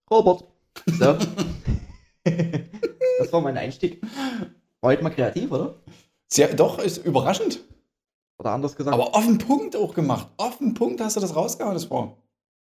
Robert. So. Das war mein Einstieg. War heute mal kreativ, oder? Sehr, doch, ist überraschend. Oder anders gesagt. Aber auf den Punkt auch gemacht. Auf den Punkt hast du das rausgehauen, das war.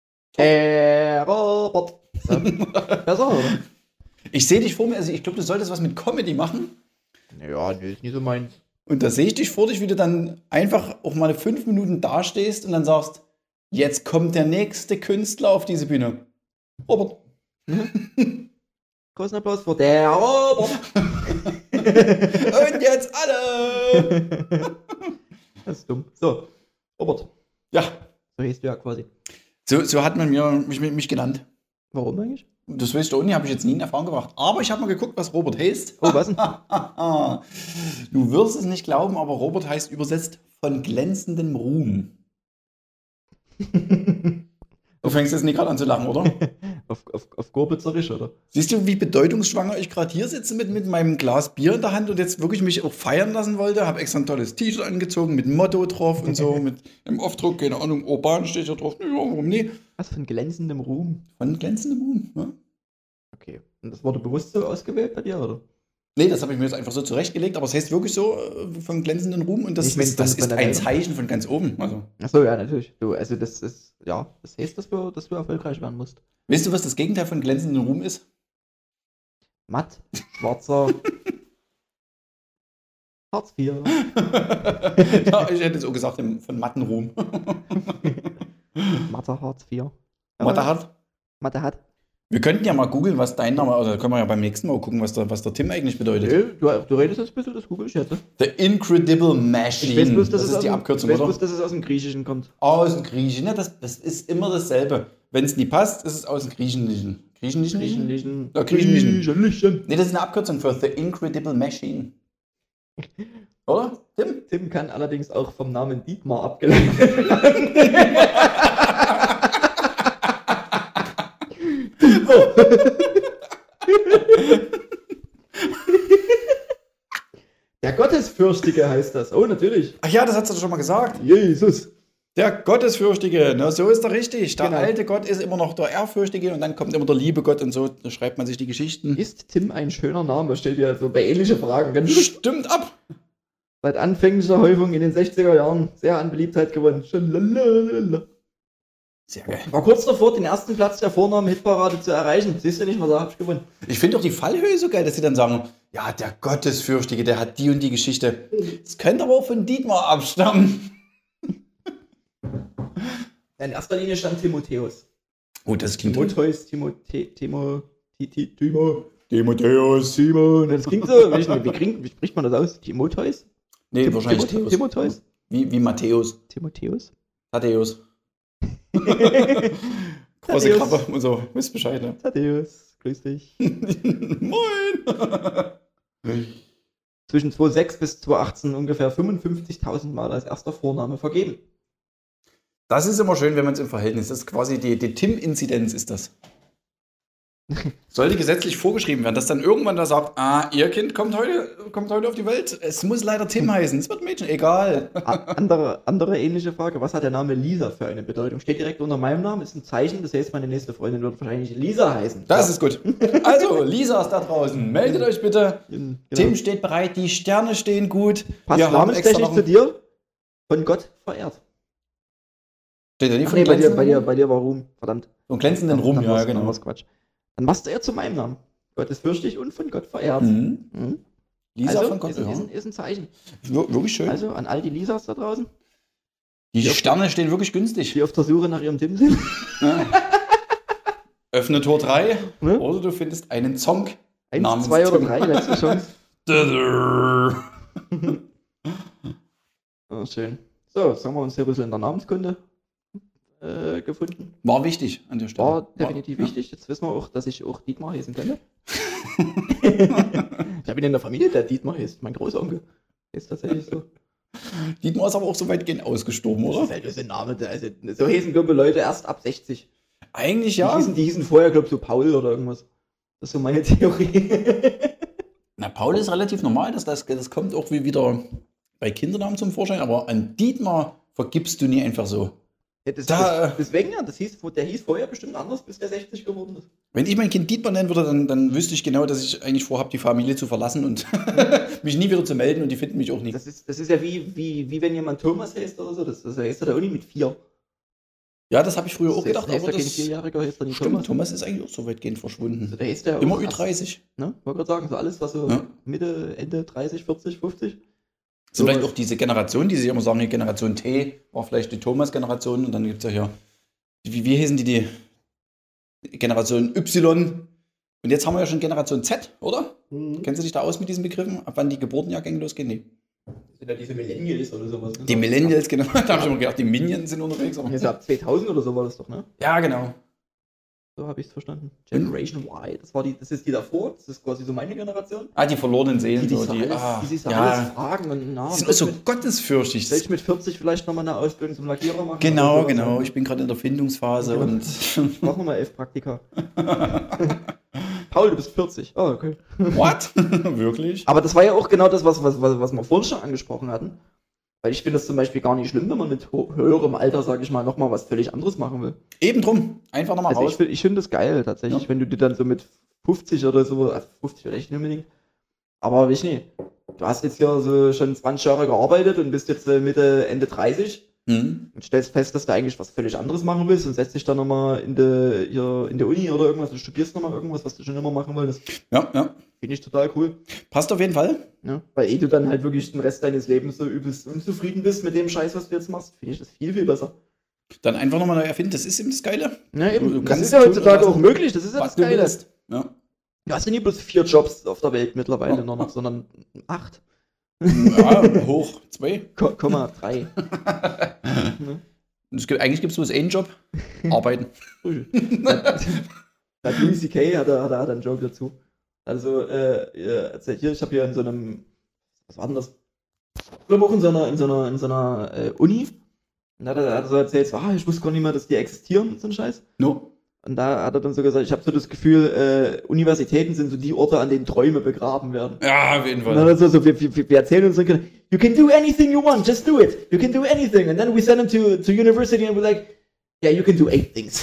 Robert. So. Besser, oder? Ich sehe dich vor mir, also ich glaube, du solltest was mit Comedy machen. Ja, nee, ist nicht so meins. Und da sehe ich dich vor dich, wie du dann einfach auch mal 5 Minuten dastehst und dann sagst, jetzt kommt der nächste Künstler auf diese Bühne. Robert. Großen Applaus für der Robert. Und jetzt alle. Das ist dumm. So, Robert. Ja, So hieß du ja quasi. so hat man mich genannt. Warum eigentlich? Das weißt du auch nicht, habe ich jetzt nie in Erfahrung gebracht. Aber ich habe mal geguckt, was Robert heißt. Oh, was denn? Du wirst es nicht glauben, aber Robert heißt übersetzt von glänzendem Ruhm. Du fängst jetzt nicht gerade an zu lachen, oder? auf Gorbitzerisch, oder? Siehst du, wie bedeutungsschwanger ich gerade hier sitze mit meinem Glas Bier in der Hand und jetzt wirklich mich auch feiern lassen wollte? Habe extra ein tolles T-Shirt angezogen mit Motto drauf und so, mit einem Aufdruck, keine Ahnung, urban steht da drauf. Ja, warum nie? Was von glänzendem Ruhm? Von glänzendem Ruhm, ja? Okay. Und das wurde bewusst so ausgewählt bei dir, oder? Nee, das habe ich mir jetzt einfach so zurechtgelegt, aber es heißt wirklich so von glänzendem Ruhm und das Ich mein, ist von der ein Leitung. Zeichen von ganz oben. Also. Achso, ja, natürlich. Du, also das ist, ja, das heißt, dass du erfolgreich werden musst. Weißt du, was das Gegenteil von glänzendem Ruhm ist? Matt, schwarzer, Hartz IV. Ja, ich hätte so gesagt, von matten Ruhm. Mathe Hartz IV. Mathe hat. Mathe hat. Wir könnten ja mal googeln, was dein Name, also da können wir ja beim nächsten Mal gucken, was der Tim eigentlich bedeutet. Du redest jetzt ein bisschen, das google ich jetzt. The Incredible Machine. Ich weiß bloß, dass das es ist die Abkürzung, oder? dass es aus dem Griechischen kommt. Aus dem Griechischen. Ja, das ist immer dasselbe. Wenn es nie passt, ist es aus dem Griechenischen. Griechenischen. Ja, Griechenischen. Griechenischen. Nee, das ist eine Abkürzung für The Incredible Machine. Oder, Tim? Tim kann allerdings auch vom Namen Dietmar abgeleitet werden. Der Gottesfürchtige heißt das. Oh, natürlich. Ach ja, das hast du doch schon mal gesagt. Jesus. Der Gottesfürchtige, na, so ist er richtig. Der Genau. alte Gott ist immer noch der Ehrfürchtige und dann kommt immer der liebe Gott und so, da schreibt man sich die Geschichten. Ist Tim ein schöner Name? Steht ja so bei ähnlichen Fragen. Ganz Stimmt ab. seit anfänglicher Häufung in den 60er Jahren sehr an Beliebtheit gewonnen. Schalalala. Sehr geil. War kurz davor, den ersten Platz der Vornamen-Hitparade zu erreichen. Siehst du nicht mal, da hab ich gewonnen. Ich finde auch die Fallhöhe so geil, dass sie dann sagen, ja, der Gottesfürchtige, der hat die und die Geschichte. Das könnte aber auch von Dietmar abstammen. In erster Linie stand Timotheus. Oh, das klingt Timotheus. Timotheus. Simon. Das klingt so. Wie spricht man das aus? Timotheus? Nee, wahrscheinlich Theos. Timotheus? Wie Matthäus. Timotheus? Thaddäus. Große Thaddäus. Klappe und so. Wisst Bescheid, ne? Thaddäus, grüß dich. Moin. Zwischen 2006 bis 2018 ungefähr 55.000 Mal als erster Vorname vergeben. Das ist immer schön, wenn man es im Verhältnis. Das ist quasi die Tim-Inzidenz ist das. Sollte gesetzlich vorgeschrieben werden, dass dann irgendwann da sagt, ihr Kind kommt heute auf die Welt. Es muss leider Tim heißen. Es wird ein Mädchen, egal. Andere ähnliche Frage. Was hat der Name Lisa für eine Bedeutung? Steht direkt unter meinem Namen, ist ein Zeichen. Das heißt, meine nächste Freundin wird wahrscheinlich Lisa heißen. Das ist gut. Also, Lisa ist da draußen. Meldet euch bitte. Genau. Tim steht bereit, die Sterne stehen gut. Passt Wir haben extra namenstechnisch noch zu dir. Von Gott verehrt. Steht ja nicht Ach von nee, bei glänzenden dir war Ruhm. Verdammt. Von glänzenden Rum, Dann ja, war's- genau. dann war's Quatsch. Dann machst du eher zu meinem Namen. Gott ist fürchtig und von Gott verehrt. Mhm. Mhm. Lisa Also, von Gott. Ja. ist ein Zeichen. Wirklich schön. Also an all die Lisas da draußen, Die Sterne stehen wirklich günstig. die auf der Suche nach ihrem Tim sind. Ja. Öffne Tor 3 Ne? oder du findest einen Song. 1, Namens 2 oder Tim. 3, letzte Chance. Ja, Oh, schön. So, jetzt haben wir uns hier ein bisschen in der Namenskunde gefunden. war wichtig an der Stelle. War definitiv wichtig. Jetzt wissen wir auch, dass ich auch Dietmar heißen könnte. Ich habe ihn in der Familie, der Dietmar heißt. Mein Großonkel ist tatsächlich so. Dietmar ist aber auch so weitgehend ausgestorben, oder? Das ist ein Name, also so heißen Kumpel Leute erst ab 60. Eigentlich Die ja. hießen vorher, glaube ich, so Paul oder irgendwas. Das ist so meine Theorie. Na, Paul ist relativ normal, das kommt auch wie wieder bei Kindernamen zum Vorschein, aber an Dietmar vergibst du nie einfach so. Ja, deswegen ja, der hieß vorher bestimmt anders, bis der 60 geworden ist. Wenn ich mein Kind Dietmar nennen würde, dann wüsste ich genau, dass ich eigentlich vorhabe, die Familie zu verlassen und mich nie wieder zu melden und die finden mich auch nie. Das ist ja wie wenn jemand Thomas heißt oder so, das heißt ja der Uni mit 4. Ja, das habe ich früher auch gedacht, aber das kein 4-Jähriger heißt dann nicht stimmt, Thomas. Thomas ist eigentlich auch so weitgehend verschwunden. Also der heißt ja immer auch Ü30. Ne? Wollte gerade sagen, so alles, was so Mitte, Ende 30, 40, 50. So vielleicht auch diese Generation, die sich immer sagen, die Generation T war vielleicht die Thomas-Generation und dann gibt es ja hier, wie hießen die Generation Y und jetzt haben wir ja schon Generation Z, oder? Kennst du dich da aus mit diesen Begriffen? Ab wann die Geburtenjahrgänge losgehen? Nee. Das sind ja diese Millennials oder sowas. Ne? Die Millennials, genau. Da habe ich immer gedacht, die Minions sind unterwegs. Aber ab 2000 oder so war das doch, ne? ja, genau. So habe ich es verstanden. Generation Y, das ist die davor, das ist quasi so meine Generation. Die verlorenen Seelen. Die sich so alles fragen und die sind so gottesfürchtig. Soll ich mit 40 vielleicht nochmal eine Ausbildung zum Lackierer machen? Genau. Ich bin gerade in der Findungsphase und mach nochmal 11 Praktika. Paul, du bist 40. Oh, okay. What? Wirklich? Aber das war ja auch genau das, was wir vorhin schon angesprochen hatten. Weil ich finde das zum Beispiel gar nicht schlimm, wenn man mit höherem Alter, sage ich mal, nochmal was völlig anderes machen will. Eben drum. Einfach nochmal raus. Ich finde das geil, tatsächlich, wenn du dir dann so mit 50 oder so, also 50 vielleicht nicht unbedingt, aber ich nicht. Du hast jetzt hier so schon 20 Jahre gearbeitet und bist jetzt Ende 30 und stellst fest, dass du eigentlich was völlig anderes machen willst und setzt dich dann nochmal in der Uni oder irgendwas und studierst nochmal irgendwas, was du schon immer machen wolltest. Ja. Finde ich total cool. Passt auf jeden Fall. Ja, weil du dann halt wirklich den Rest deines Lebens so übelst unzufrieden bist mit dem Scheiß, was du jetzt machst, finde ich das viel, viel besser. Dann einfach nochmal neu erfinden, das ist eben das Geile. Ja, eben. Das ist ja heutzutage auch möglich, das ist ja das Geile. Ja. Du hast ja nie bloß 4 Jobs auf der Welt mittlerweile nur noch, sondern 8. Ja, hoch 2. 3. Eigentlich gibt es bloß einen Job. Arbeiten. Hat Louis C.K. hat er einen Job dazu. Also, ich habe hier in so einem, was war denn das? Ich glaube auch in so einer Uni. Und da hat er so erzählt, ich wusste gar nicht mehr, dass die existieren, so ein Scheiß. No. Und da hat er dann so gesagt, ich habe so das Gefühl, Universitäten sind so die Orte, an denen Träume begraben werden. Ja, auf jeden Fall. Und dann so, wir erzählen uns dann, you can do anything you want, just do it. You can do anything. And then we send them to university and we're like, yeah, you can do 8 things.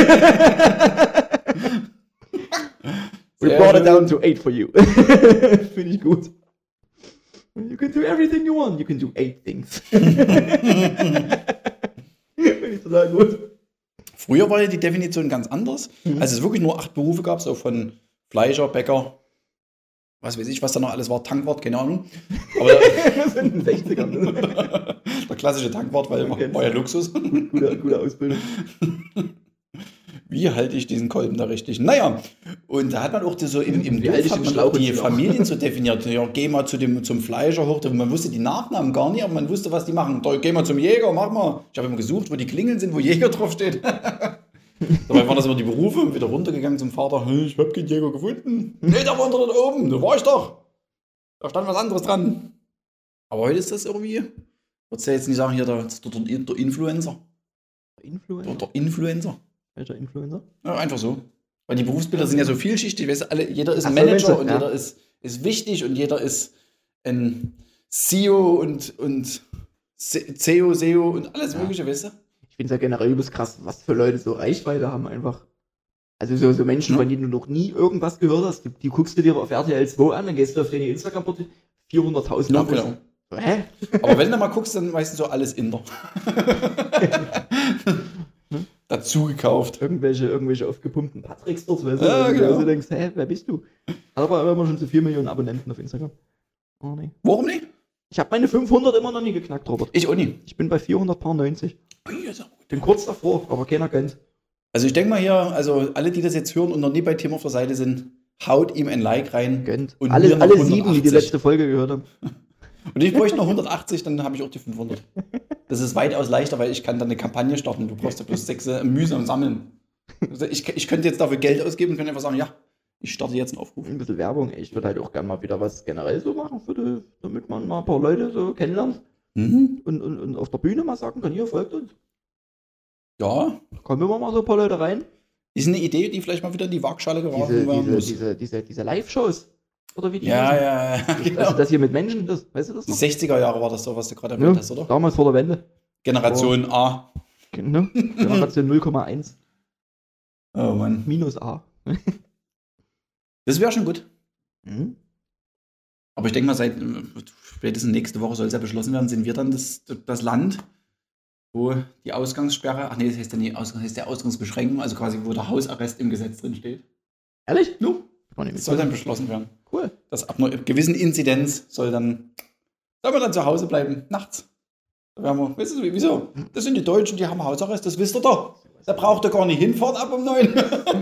We brought it down to 8 for you. Finde ich gut. You can do everything you want. You can do 8 things. Finde ich total gut. Früher war ja die Definition ganz anders. Als es wirklich nur 8 Berufe gab, so von Fleischer, Bäcker, was weiß ich, was da noch alles war, Tankwart, keine Ahnung. Aber das sind in den 60ern. Der klassische Tankwart, weil war ja Luxus. Gute Ausbildung. Wie halte ich diesen Kolben da richtig? Naja, und da hat man auch so im Dorf hat man auch die Familien so definiert. Ja, geh mal zum Fleischer hoch. Man wusste die Nachnamen gar nicht, aber man wusste, was die machen. Da, geh mal zum Jäger, mach mal. Ich habe immer gesucht, wo die Klingeln sind, wo Jäger draufsteht. Dabei waren das immer die Berufe und wieder runtergegangen zum Vater. Ich habe keinen Jäger gefunden. Nee, da war dort oben. Da war ich doch. Da stand was anderes dran. Aber heute ist das irgendwie, würdest du jetzt nicht sagen, hier der Influencer. Der Influencer. Welcher Influencer? Ja, einfach so. Weil die Berufsbilder sind ja so vielschichtig. Weißt du, jeder ist ein Manager und jeder ist wichtig und jeder ist ein CEO und CEO, SEO und alles Mögliche, weißt du? Ich finde es ja generell übelst krass, was für Leute so Reichweite haben einfach. Also so Menschen, von denen du noch nie irgendwas gehört hast, die guckst du dir auf RTL 2 an, dann gehst du auf deine Instagram-Portal, 400.000 Ja, Abos. genau. Hä? Aber wenn du mal guckst, dann meistens so alles Inder. Dazu gekauft. Irgendwelche aufgepumpten Patricks dort, weißt du, Ja, genau. du denkst, wer bist du? Hat aber immer schon so 4 Millionen Abonnenten auf Instagram. Oh nee. Warum nicht? Ich habe meine 500 immer noch nie geknackt, Robert. Ich auch nie. Ich bin bei 490. Bin kurz davor, aber keiner kennt. Also ich denke mal hier, also alle, die das jetzt hören und noch nie bei Tim auf der Seite sind, haut ihm ein Like rein. Gönnt. Und alle 7, 180. die letzte Folge gehört haben. Und ich bräuchte noch 180, dann habe ich auch die 500. Das ist weitaus leichter, weil ich kann dann eine Kampagne starten. Du brauchst ja bloß 6 mühsam sammeln. Also ich könnte jetzt dafür Geld ausgeben und könnte einfach sagen, ja, ich starte jetzt einen Aufruf. Ein bisschen Werbung. Ich würde halt auch gerne mal wieder was generell so machen, damit man mal ein paar Leute so kennenlernt. Und auf der Bühne mal sagen kann, hier, folgt uns. Ja. Kommen immer mal so ein paar Leute rein. Ist eine Idee, die vielleicht mal wieder in die Waagschale geworfen werden muss. Diese Live-Shows. Oder wie die Ja, genau. Also das hier mit Menschen, weißt du das noch? Die 60er Jahre war das so, was du gerade erwähnt hast, oder? Damals vor der Wende. Generation A. Ne? Generation 0,1. Oh Mann. Minus A. Das wäre schon gut. Mhm. Aber ich denke mal, spätestens nächste Woche soll es ja beschlossen werden, sind wir dann das Land, wo die Ausgangssperre, das heißt ja nicht das heißt der Ausgangsbeschränkung, also quasi wo der Hausarrest im Gesetz drin steht. Ehrlich? No. Das soll dann beschlossen werden. Cool. Dass ab einer gewissen Inzidenz soll man dann zu Hause bleiben, nachts. Da werden wir, weißt du, wieso? Das sind die Deutschen, die haben Hausarrest, das wisst ihr doch. Da braucht ihr gar nicht hinfahren ab um 9.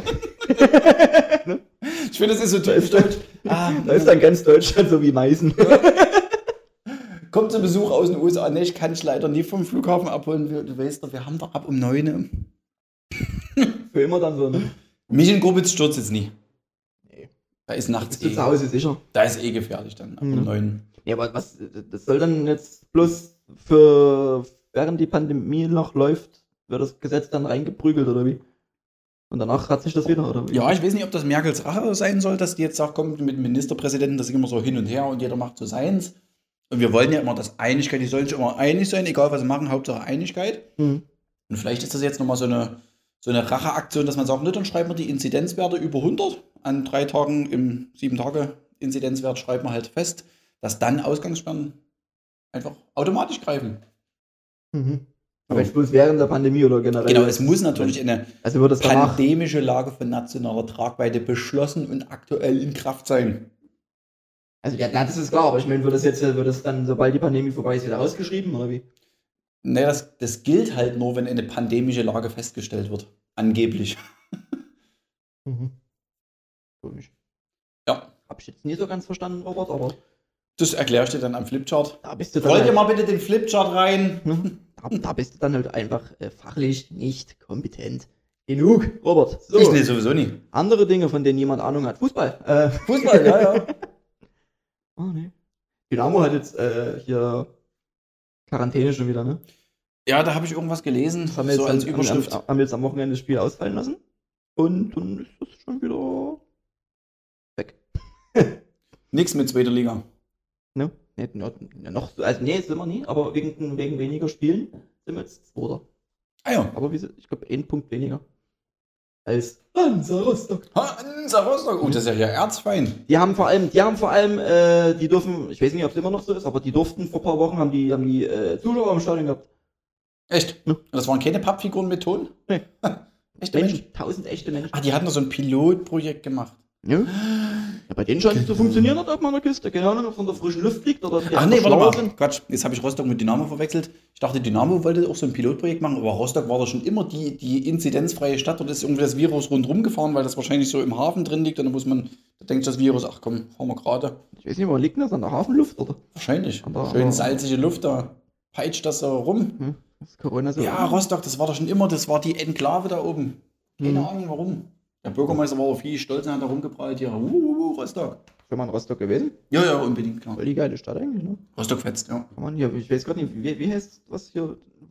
Ich finde, das ist so typisch deutsch. Da ist dann ganz Deutschland so wie Meißen. Kommt zu Besuch aus den USA. Ne, ich kann dich leider nie vom Flughafen abholen. Du weißt doch, wir haben doch ab um 9. Für immer dann so, ne? Mich in Grubitz stürzt jetzt nie. Nee. Da ist nachts Bist du zu Hause sicher? Da ist gefährlich dann, ab um 9. Ja, aber was, das soll dann jetzt bloß für, während die Pandemie noch läuft, wird das Gesetz dann reingeprügelt, oder wie? Und danach hat sich das wieder, oder wie? Ja, ich weiß nicht, ob das Merkels Rache sein soll, dass die jetzt sagt, kommt mit dem Ministerpräsidenten, das ist immer so hin und her und jeder macht so seins. Und wir wollen ja immer, dass Einigkeit, die sollen sich immer einig sein, egal was sie machen, Hauptsache Einigkeit. Und vielleicht ist das jetzt nochmal so eine Racheaktion, dass man sagt, ne, dann schreiben wir die Inzidenzwerte über 100. An 3 Tagen im 7-Tage-Inzidenzwert schreiben wir halt fest, dass dann Ausgangssperren einfach automatisch greifen. Aber jetzt bloß während der Pandemie oder generell? Genau, es muss natürlich eine wird das pandemische Lage von nationaler Tragweite beschlossen und aktuell in Kraft sein. Also ja, das ist klar, aber ich meine, wird das dann, sobald die Pandemie vorbei ist, wieder ausgeschrieben, oder wie? Nee, das gilt halt nur, wenn eine pandemische Lage festgestellt wird. Angeblich. Komisch. Ja. Hab ich jetzt nie so ganz verstanden, Robert, aber... Das erklärst du dann am Flipchart. Da bist du dann Rollt ihr mal bitte den Flipchart rein. Da bist du dann halt einfach fachlich nicht kompetent genug, Robert. So. Ich sowieso nicht. Andere Dinge, von denen jemand Ahnung hat. Fußball. Fußball, ja. Oh, nee. Dynamo hat jetzt hier Quarantäne schon wieder, ne? Ja, da habe ich irgendwas gelesen, Das haben wir so jetzt als Überschrift. haben wir jetzt am Wochenende das Spiel ausfallen lassen. Und dann ist das schon wieder weg. Nix mit zweiter Liga. Ne? Noch, also nee, sind wir nie, aber wegen weniger Spielen sind wir jetzt Zweiter. Ah ja. Aber ich glaube, 1 Punkt weniger als Hansa Rostock. Hansa Rostock. Oh, das ist ja hier erzfein. Die dürfen, ich weiß nicht, ob es immer noch so ist, aber die durften vor ein paar Wochen, haben die Zuschauer im Stadion gehabt. Echt? Ja. Das waren keine Pappfiguren mit Ton? Nee. Echte Menschen? 1000 echte Menschen. Ah, die hatten da so ein Pilotprojekt gemacht. Ja. Ja, bei denen scheint es zu funktionieren, hat man an der Küste. Keine Ahnung, ob es an der frischen Luft liegt oder ob die Ach nee, warte mal. sind. Quatsch, jetzt habe ich Rostock mit Dynamo verwechselt. Ich dachte, Dynamo wollte auch so ein Pilotprojekt machen, aber Rostock war da schon immer die inzidenzfreie Stadt und ist irgendwie das Virus rundherum gefahren, weil das wahrscheinlich so im Hafen drin liegt und da denkt das Virus, ach komm, fahren wir gerade. Ich weiß nicht, wo liegt das? An der Hafenluft, oder? Wahrscheinlich. Schön salzige Luft, da peitscht das so rum. Das ist Corona so. Ja, Rostock, das war doch schon immer, das war die Enklave da oben. Keine Ahnung warum. Der Bürgermeister war auch viel stolz und hat da rumgeprallt hier. Rostock. Schon mal in Rostock gewesen? Ja, unbedingt, klar. Voll die geile Stadt eigentlich, ne? Rostock fetzt, ja. Kann man hier, ich weiß gerade nicht, wie heißt was hier?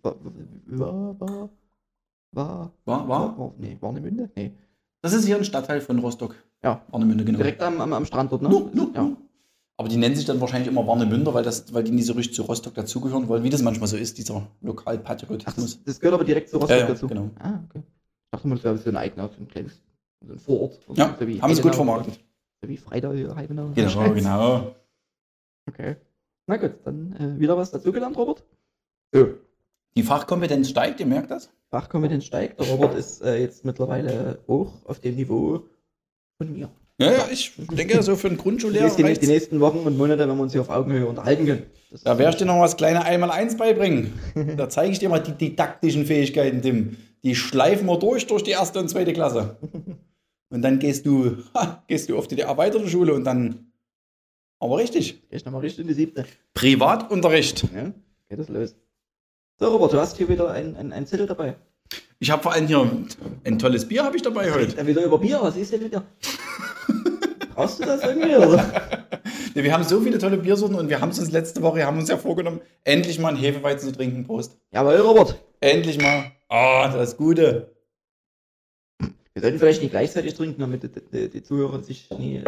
Nee, Warnemünde? Nee. Das ist hier ein Stadtteil von Rostock. Ja. Warnemünde, genau. Direkt am Strand dort, ne? Ja. Aber die nennen sich dann wahrscheinlich immer Warnemünder, weil die nicht so richtig zu Rostock dazugehören wollen, wie das manchmal so ist, dieser Lokalpatriotismus. Das gehört aber direkt zu Rostock dazu. Genau. Ah, okay. Ich dachte mal, das wäre so ein eigener, so ein Vorort. Ja, so wie haben sie gut vermarktet. So wie Freitag hier, Heidenau. Genau. Okay. Na gut, dann wieder was dazugelernt, Robert? So. Die Fachkompetenz steigt, ihr merkt das? Fachkompetenz steigt. Der Robert ist jetzt mittlerweile hoch auf dem Niveau von mir. Ja, ich denke, so für einen Grundschullehrer die nächsten Wochen und Monate, wenn wir uns hier auf Augenhöhe unterhalten können. Da werde ich dir noch was kleine 1x1 beibringen. Da zeige ich dir mal die didaktischen Fähigkeiten, Tim. Die schleifen wir durch die 1. und 2. Klasse. Und dann gehst du auf die erweiterte Schule und dann aber richtig. Gehst nochmal richtig in die 7. Privatunterricht. Ja, geht das los. So, Robert, du hast hier wieder ein Zettel dabei. Ich habe vor allem hier ein tolles Bier habe ich dabei heute. Dann wieder über Bier, was ist denn wieder? Brauchst du das irgendwie, oder? Nee, wir haben so viele tolle Biersorten und wir haben es uns letzte Woche, haben ja vorgenommen, endlich mal einen Hefeweizen zu trinken. Prost. Jawohl, Robert. Endlich mal. Das Gute. Wir sollten vielleicht nicht gleichzeitig trinken, damit die Zuhörer sich nie...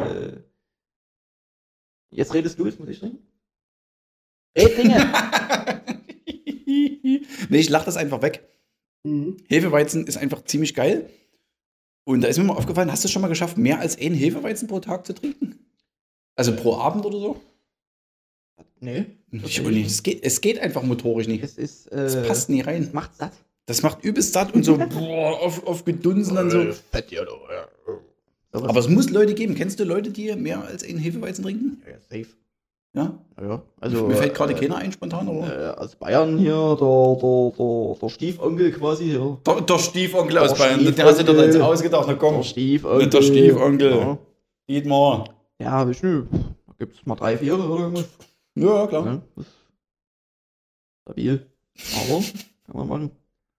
Jetzt redest du, jetzt muss ich trinken? Red Dinge! Nee, ich lach das einfach weg. Hefeweizen ist einfach ziemlich geil. Und da ist mir mal aufgefallen, hast du es schon mal geschafft, mehr als einen Hefeweizen pro Tag zu trinken? Also pro Abend oder so? Nee. Ich auch nicht. Es geht einfach motorisch nicht. Es passt nie rein. Das macht satt. Das macht übelst satt und so auf Gedunsen dann so. Fett, ja, doch, ja. Aber es muss Leute geben. Kennst du Leute, die mehr als einen Hefeweizen trinken? Ja, safe. Ja? Ja, also, Mir fällt gerade keiner ein spontan, oder? Aus Bayern hier, der Stiefonkel quasi hier. Der Stiefonkel aus Bayern, der hat sich doch jetzt ausgedacht, na komm. Der Stiefonkel. Der Stiefonkel. Ja. Geht mal. Ja, weißt du, da gibt's mal 3, 4 oder irgendwas. Ja, klar. Ja, das ist stabil. Aber, kann man machen.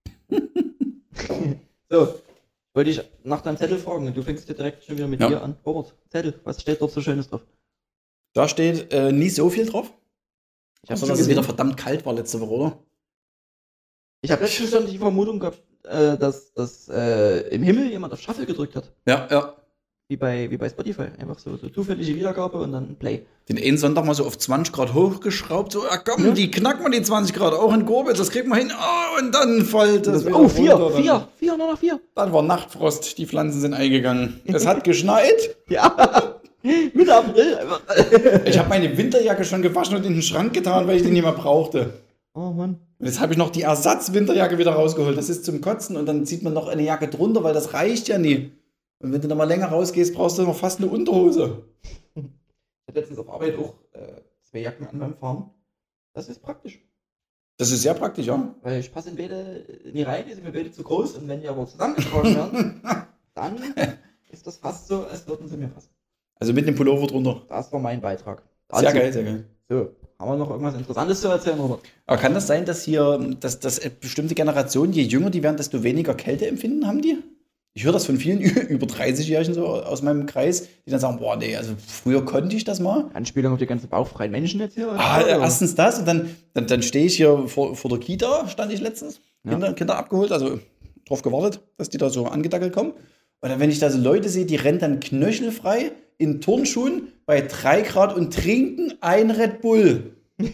So, wollte ich nach deinem Zettel fragen. Du fängst ja direkt schon wieder mit dir an. Robert, Zettel, was steht dort so Schönes drauf? Da steht nie so viel drauf. Ich habe dass es wieder verdammt kalt war letzte Woche, oder? Ich habe letztens schon die Vermutung gehabt, dass im Himmel jemand auf Shuffle gedrückt hat. Ja. Wie bei Spotify. Einfach so zufällige Wiedergabe und dann Play. Den einen Sonntag mal so auf 20 Grad hochgeschraubt. So, komm, die knacken wir die 20 Grad auch in Gorbitz. Das kriegen wir hin. Oh, und dann fällt das wieder runter. 4, nur noch 4. Dann war Nachtfrost. Die Pflanzen sind eingegangen. Es hat geschneit. Ja, Mitte April. Ich habe meine Winterjacke schon gewaschen und in den Schrank getan, weil ich die nicht mehr brauchte. Oh Mann. Und jetzt habe ich noch die Ersatzwinterjacke wieder rausgeholt. Das ist zum Kotzen. Und dann zieht man noch eine Jacke drunter, weil das reicht ja nie. Und wenn du noch mal länger rausgehst, brauchst du noch fast eine Unterhose. Ich hatte letztens auf Arbeit auch 2 Jacken an beim Fahren. Das ist praktisch. Das ist sehr praktisch, ja. Weil ich passe in beide nie rein, die sind mir beide zu groß. Und wenn die aber zusammengetragen werden, dann ist das fast so, als würden sie mir passen. Also mit dem Pullover drunter. Das war mein Beitrag. Sehr geil, sehr geil. So, haben wir noch irgendwas Interessantes zu erzählen, Robert? Aber kann das sein, dass dass bestimmte Generationen, je jünger die werden, desto weniger Kälteempfinden haben die? Ich höre das von vielen über 30-Jährigen so aus meinem Kreis, die dann sagen, boah, nee, also früher konnte ich das mal. Anspielung auf die ganzen bauchfreien Menschen jetzt hier? Erstens das und dann stehe ich hier vor der Kita, stand ich letztens, Kinder abgeholt, also drauf gewartet, dass die da so angedackelt kommen. Und dann, wenn ich da so Leute sehe, die rennen dann knöchelfrei in Turnschuhen bei 3 Grad und trinken ein Red Bull.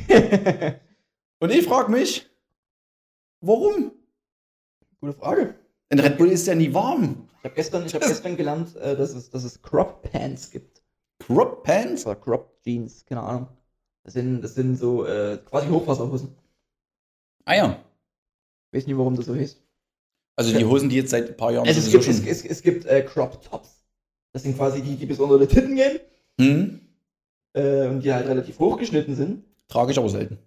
Und ich frage mich, warum? Gute Frage. Ein Red Bull ist ja nie warm. Ich habe gestern gelernt, dass es Crop Pants gibt. Crop Pants? Oder Crop Jeans, keine Ahnung. Das sind so quasi Hochwasserhosen. Ah ja. Ich weiß nicht, warum das so heißt. Also die Hosen, die jetzt seit ein paar Jahren es gibt Crop Tops. Das sind quasi die bis unter die Titten gehen. Und die halt relativ hochgeschnitten sind. Trage ich aber selten.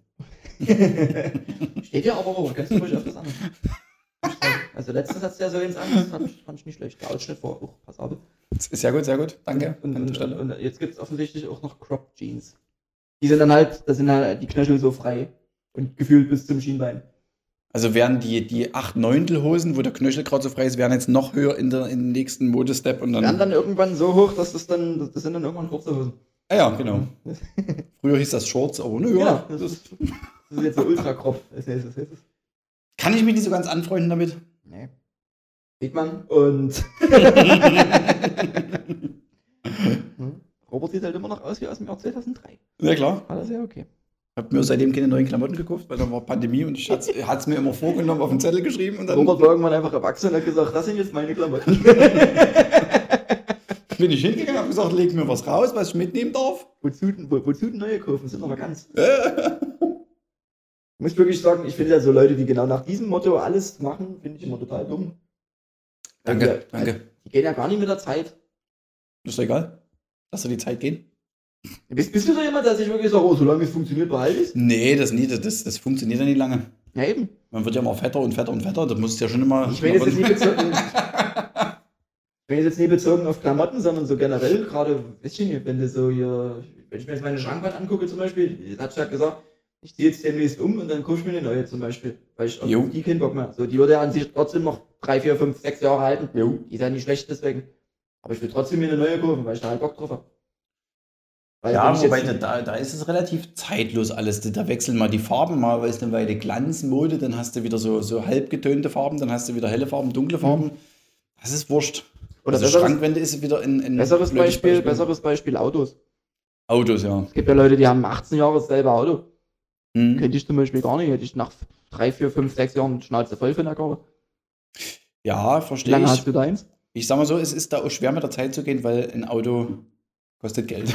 Steht ja aber auch, kannst du ruhig öfters an. Also letztens hat es ja so eins an, das fand ich nicht schlecht. Der Ausschnitt war auch passabel. Sehr gut, sehr gut. Danke. Und jetzt gibt es offensichtlich auch noch Crop Jeans. Die sind dann halt, da sind halt die Knöchel so frei und gefühlt bis zum Schienbein. Also werden die 8/9 Hosen, wo der Knöchel gerade so frei ist, werden jetzt noch höher in den nächsten Modestep und dann. Werden dann irgendwann so hoch, dass das sind dann irgendwann kurze Hosen. Ah ja, genau. Früher hieß das Shorts, aber nö, ja. Das ist jetzt so ultra crop. Kann ich mich nicht so ganz anfreunden damit? Nee. Sieht man und. Robert sieht halt immer noch aus wie aus dem Jahr 2003. Ja, klar. Alles ja okay. Ich habe mir seitdem keine neuen Klamotten gekauft, weil dann war Pandemie und ich hatte es mir immer vorgenommen, auf den Zettel geschrieben. Und dann Robert war irgendwann einfach erwachsen und hat gesagt, das sind jetzt meine Klamotten. Bin ich hingegangen, habe gesagt, leg mir was raus, was ich mitnehmen darf. Wozu neue kaufen? Sind aber ganz. Ich muss wirklich sagen, ich finde ja so Leute, die genau nach diesem Motto alles machen, finde ich immer total dumm. Danke. Die gehen ja gar nicht mit der Zeit. Ist doch egal. Lass dir die Zeit gehen. Bist du so jemand, der sich wirklich sagt, solange es funktioniert, behalte ich es? Nee, das funktioniert ja nicht lange. Ja, eben. Man wird ja immer fetter und fetter und fetter, das muss ja schon immer. Ich meine jetzt nie bezogen auf Klamotten, sondern so generell, gerade, weiß ich nicht, wenn du so hier, wenn ich mir jetzt meine Schrankwand angucke zum Beispiel, hat ich halt gesagt, ich ziehe jetzt demnächst um und dann kaufe ich mir eine neue zum Beispiel, weil ich auf die keinen Bock mehr. So, die würde ja an sich trotzdem noch 3, 4, 5, 6 Jahre halten. Die ist ja nicht schlecht deswegen. Aber ich will trotzdem mir eine neue kaufen, weil ich da halt Bock drauf habe. Ja, wobei da ist es relativ zeitlos alles. Da wechseln mal die Farben, mal ist eine Weile Glanzmode, dann hast du wieder so halbgetönte Farben, dann hast du wieder helle Farben, dunkle Farben. Das ist wurscht. Oder also Schrankwände ist wieder ein besseres Beispiel Autos. Autos, ja. Es gibt ja Leute, die haben 18 Jahre dasselbe Auto. Könnte ich zum Beispiel gar nicht. Hätte ich nach 3, 4, 5, 6 Jahren Schnauze voll von der Karre. Ja, Wie verstehe lange ich. hast du deins? Ich sag mal so, es ist da auch schwer mit der Zeit zu gehen, weil ein Auto kostet Geld.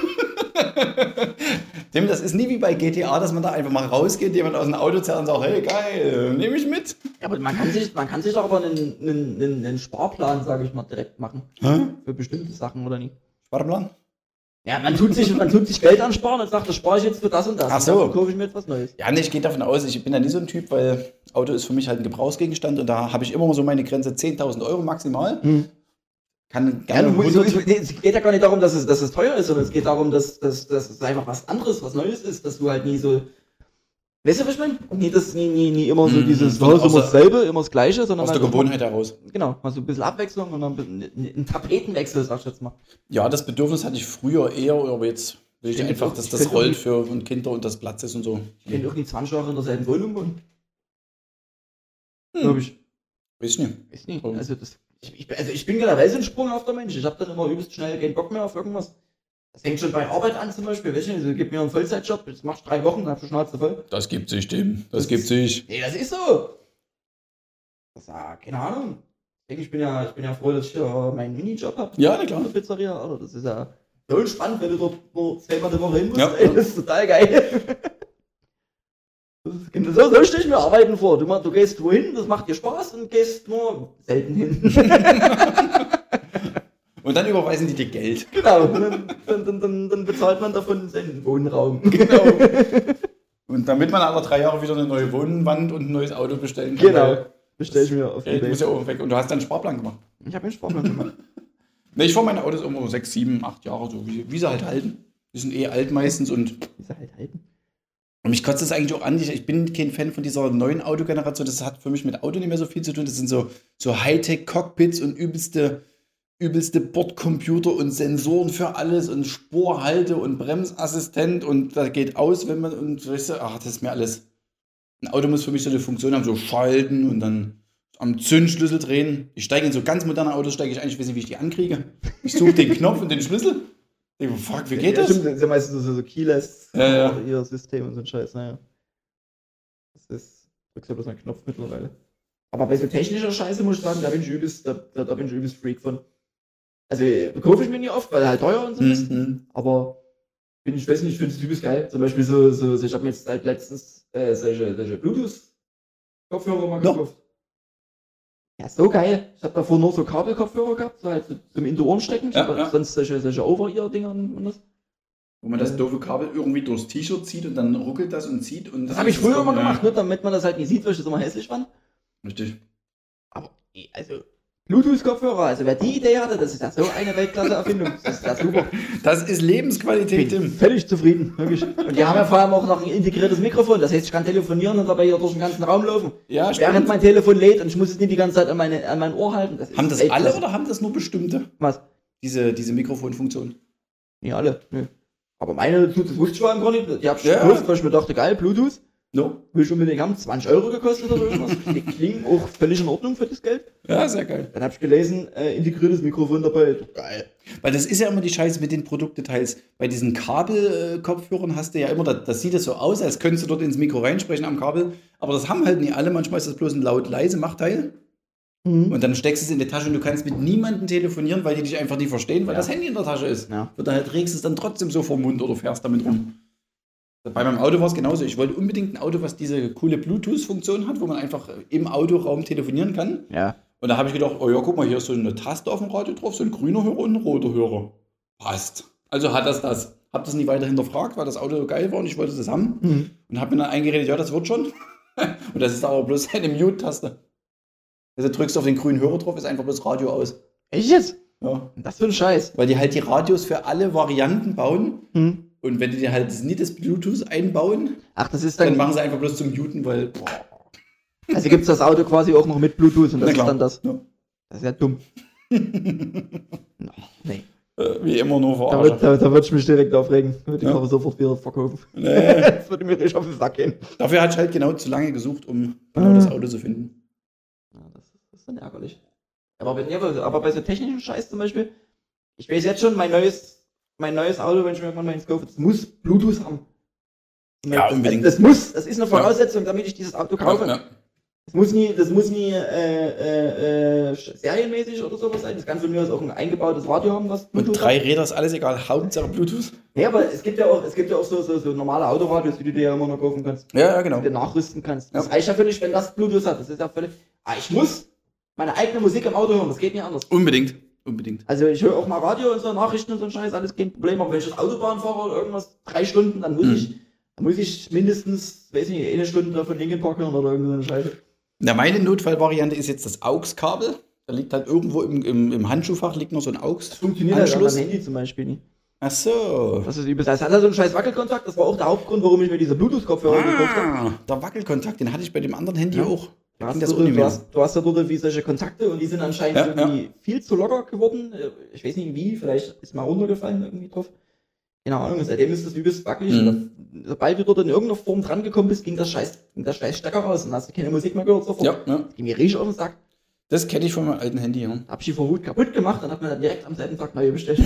Tim, das ist nie wie bei GTA, dass man da einfach mal rausgeht, jemand aus dem Auto zerrt und sagt, hey geil, nehme ich mit. Ja, aber man kann sich doch aber einen Sparplan, sage ich mal, direkt machen. Hä? Für bestimmte Sachen, oder nicht? Sparplan? Ja, man tut sich Geld ansparen und sagt, das spare ich jetzt für das und das. Ach so. Und dafür kaufe ich mir jetzt was Neues. Ja, nee, ich gehe davon aus, ich bin da nie so ein Typ, weil Auto ist für mich halt ein Gebrauchsgegenstand und da habe ich immer so meine Grenze 10.000 Euro maximal. Kann Ja, gerne es geht ja gar nicht darum, dass es teuer ist, sondern es geht darum, dass es einfach was anderes, was Neues ist, dass du halt nie so. Weißt du, was ich meine? Nie immer so dieses, von immer außer- dasselbe, immer das Gleiche, sondern aus der halt Gewohnheit heraus. genau, mal so ein bisschen Abwechslung und dann ein Tapetenwechsel, sag ich jetzt mal. Ja, das Bedürfnis hatte ich früher eher, aber jetzt will ich Stimmt, einfach, ich dass könnte das rollt nicht- für und Kinder und das Platz ist und so. Ich bin doch nicht 20 Jahre in derselben Wohnung wohnen. Glaube ich. Weiß ich nicht. Weiß nicht. Oh. Also, ich bin generell so ein sprunghafter Mensch. Ich habe dann immer übelst schnell keinen Bock mehr auf irgendwas. Das fängt schon bei Arbeit an zum Beispiel. Weißt du, also, gib mir einen Vollzeitjob, jetzt machst du 3 Wochen, dann hast du Schnauze voll. Das gibt sich, Tim. Das gibt sich. Nee, das ist so. Das keine Ahnung. Ich bin ja froh, dass ich hier meinen Minijob habe. Ja, na klar. In der Pizzeria. Alter, das ist ja so spannend, wenn du dort nur 2-mal die Woche hin musst. Ja. Ey, das ist total geil. So stelle ich mir Arbeiten vor. Du gehst wohin, das macht dir Spaß und gehst nur selten hin. Und dann überweisen die dir Geld. Genau, dann bezahlt man davon seinen Wohnraum. Genau. Und damit man alle 3 Jahre wieder eine neue Wohnwand und ein neues Auto bestellen kann. Genau. weil Bestell ich mir auf Geld eBay. muss ja auch weg. Und du hast dann einen Sparplan gemacht. Ich habe mir Sparplan gemacht. Ne, ich fahre meine Autos immer 6, 7, 8 Jahre, so wie sie halt halten. Die sind alt meistens und Wie sie halt halten. mich kotzt das eigentlich auch an. Ich bin kein Fan von dieser neuen Autogeneration. Das hat für mich mit Auto nicht mehr so viel zu tun. Das sind so Hightech-Cockpits und übelste Bordcomputer und Sensoren für alles und Spurhalte und Bremsassistent und das geht aus, wenn man und weißt du, ach, das ist mir alles. Ein Auto muss für mich so eine Funktion haben, so schalten und dann am Zündschlüssel drehen. Ich steige in so ganz moderne Autos, ich weiß nicht, wie ich die ankriege. Ich suche den Knopf und den Schlüssel. Ich denke, fuck, wie geht Ja, das? stimmt, das ist ja meistens so Keyless, Ja. ihr System und so ein Scheiß, naja. Das ist, drückst ja bloß einen Knopf mittlerweile. Aber bei so technischer Scheiße muss ich sagen, da bin ich übelst Freak von. Also, kaufe ich mir nie oft, weil er halt teuer und so ist. Aber ich weiß nicht, ich finde es übelst geil. Zum Beispiel ich habe mir jetzt seit letztens solche Bluetooth-Kopfhörer mal Ja. gekauft. Ja, so geil. Ich habe davor nur so Kabelkopfhörer gehabt, so halt zum in die Ohren stecken. Ich Ja, hab ja. sonst solche Over-Ear-Dinger und das. Wo man das doofe Kabel irgendwie durchs T-Shirt zieht und dann ruckelt das und zieht. Und Das habe ich früher immer ja. gemacht, ne, damit man das halt nicht sieht, weil ich das immer hässlich fand. Richtig. Aber, also, Bluetooth-Kopfhörer, also wer die Idee hatte, das ist ja so eine Weltklasse-Erfindung. Das ist ja super. Das ist Lebensqualität, Ich bin Tim. völlig zufrieden, wirklich. Und die haben ja vor allem auch noch ein integriertes Mikrofon, das heißt, ich kann telefonieren und dabei hier durch den ganzen Raum laufen. Ja, Während stimmt. mein Telefon lädt und ich muss es nicht die ganze Zeit an mein Ohr halten. Das ist Haben das Weltklasse. alle oder haben das nur bestimmte? Was? Diese Mikrofonfunktion. Nicht alle, nö. Aber meine, das wusste ich vor allem gar nicht. Die hab ich Ja. gekauft, weil ich mir dachte, geil, Bluetooth. No? Will ich unbedingt haben, 20 Euro gekostet oder irgendwas. Die klingen auch völlig in Ordnung für das Geld. Ja, sehr geil. Dann habe ich gelesen, integriertes Mikrofon dabei. Geil. Weil das ist ja immer die Scheiße mit den Produktdetails. Bei diesen Kabelkopfhörern hast du ja immer, das sieht ja so aus, als könntest du dort ins Mikro reinsprechen am Kabel. Aber das haben halt nicht alle. Manchmal ist das bloß ein laut-leise-Machteil. Und dann steckst du es in die Tasche und du kannst mit niemandem telefonieren, weil die dich einfach nicht verstehen, weil Ja. das Handy in der Tasche ist. Ja. Und daher trägst du es dann trotzdem so vom Mund oder fährst damit rum. Bei meinem Auto war es genauso. Ich wollte unbedingt ein Auto, was diese coole Bluetooth-Funktion hat, wo man einfach im Autoraum telefonieren kann. Ja. Und da habe ich gedacht, oh ja, guck mal, hier ist so eine Taste auf dem Radio drauf, so ein grüner Hörer und ein roter Hörer. Passt. Also hat das. Hab das nie weiter hinterfragt, weil das Auto so geil war und ich wollte das haben. Und habe mir dann eingeredet, ja, das wird schon. Und das ist aber bloß eine Mute-Taste. Also drückst du auf den grünen Hörer drauf, ist einfach bloß Radio aus. Echt jetzt? Ja. Das für ein Scheiß. Weil die halt die Radios für alle Varianten bauen. Hm. Und wenn die dir halt nicht das Bluetooth einbauen, Ach, das ist dann dann. machen sie einfach bloß zum Muten, weil. Boah. Also gibt es das Auto quasi auch noch mit Bluetooth und das Na ist klar. dann das. Ja. Das ist ja dumm. Ach, nee. Wie immer nur Da verarscht. würde ich mich direkt aufregen. Würde ich Ja. aber sofort wieder verkaufen. Nee. Das würde mir richtig auf den Sack gehen. Dafür hatte ich halt genau zu lange gesucht, um genau das Auto zu finden. Ja, das ist dann ärgerlich. Aber bei so technischen Scheiß zum Beispiel, ich weiß jetzt schon, mein neues Auto, wenn ich mir irgendwann mal eins kaufe, das muss Bluetooth haben. Ja, unbedingt. Das ist eine Voraussetzung, damit ich dieses Auto kaufe. Ja. Das muss nie serienmäßig oder sowas sein. Das kann von mir aus auch ein eingebautes Radio haben, was Bluetooth und 3 Räder ist alles egal, Hauptsache Bluetooth. Ja, aber es gibt ja auch so normale Autoradios, die du dir ja immer noch kaufen kannst. Ja, genau. Die du nachrüsten kannst. Das reicht ja völlig, wenn das Bluetooth hat. Das ist ja völlig. Aber ich muss meine eigene Musik im Auto hören, das geht nicht anders. Unbedingt. Also ich höre auch mal Radio und so Nachrichten und so ein Scheiß, alles kein Problem. Aber wenn ich das Autobahn fahre oder irgendwas 3 Stunden, dann muss ich mindestens, weiß nicht, 1 Stunde davon Linkin Park hören oder irgendeine Scheiße. Na, meine Notfallvariante ist jetzt das AUX-Kabel. Da liegt halt irgendwo im Handschuhfach liegt noch so ein AUX. Das funktioniert halt am Handy zum Beispiel nicht. Ach so. Das ist übelst. Das hat ja so einen scheiß Wackelkontakt. Das war auch der Hauptgrund, warum ich mir diese Bluetooth-Kopfhörer gekauft habe. Der Wackelkontakt, den hatte ich bei dem anderen Handy auch. Du hast ja dort wie solche Kontakte und die sind anscheinend irgendwie viel zu locker geworden. Ich weiß nicht wie, vielleicht ist mal runtergefallen irgendwie drauf. Keine Ahnung, seitdem ist das übelst wackelig. Sobald du dort in irgendeiner Form dran gekommen bist, ging das scheiß Stecker raus und hast du keine Musik mehr gehört sofort. Ja. Das ging mir richtig auf den Sack. Das kenne ich von meinem alten Handy, ja. Hab ich die Verhut kaputt gemacht, dann hat man dann direkt am selben Tag neue bestellt.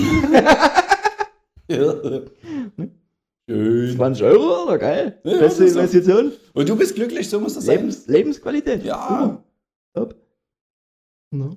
Schön. 20 €, oder geil? Ja, beste Investition. Und du bist glücklich, so muss das sein. Lebensqualität. Ja. Top. No.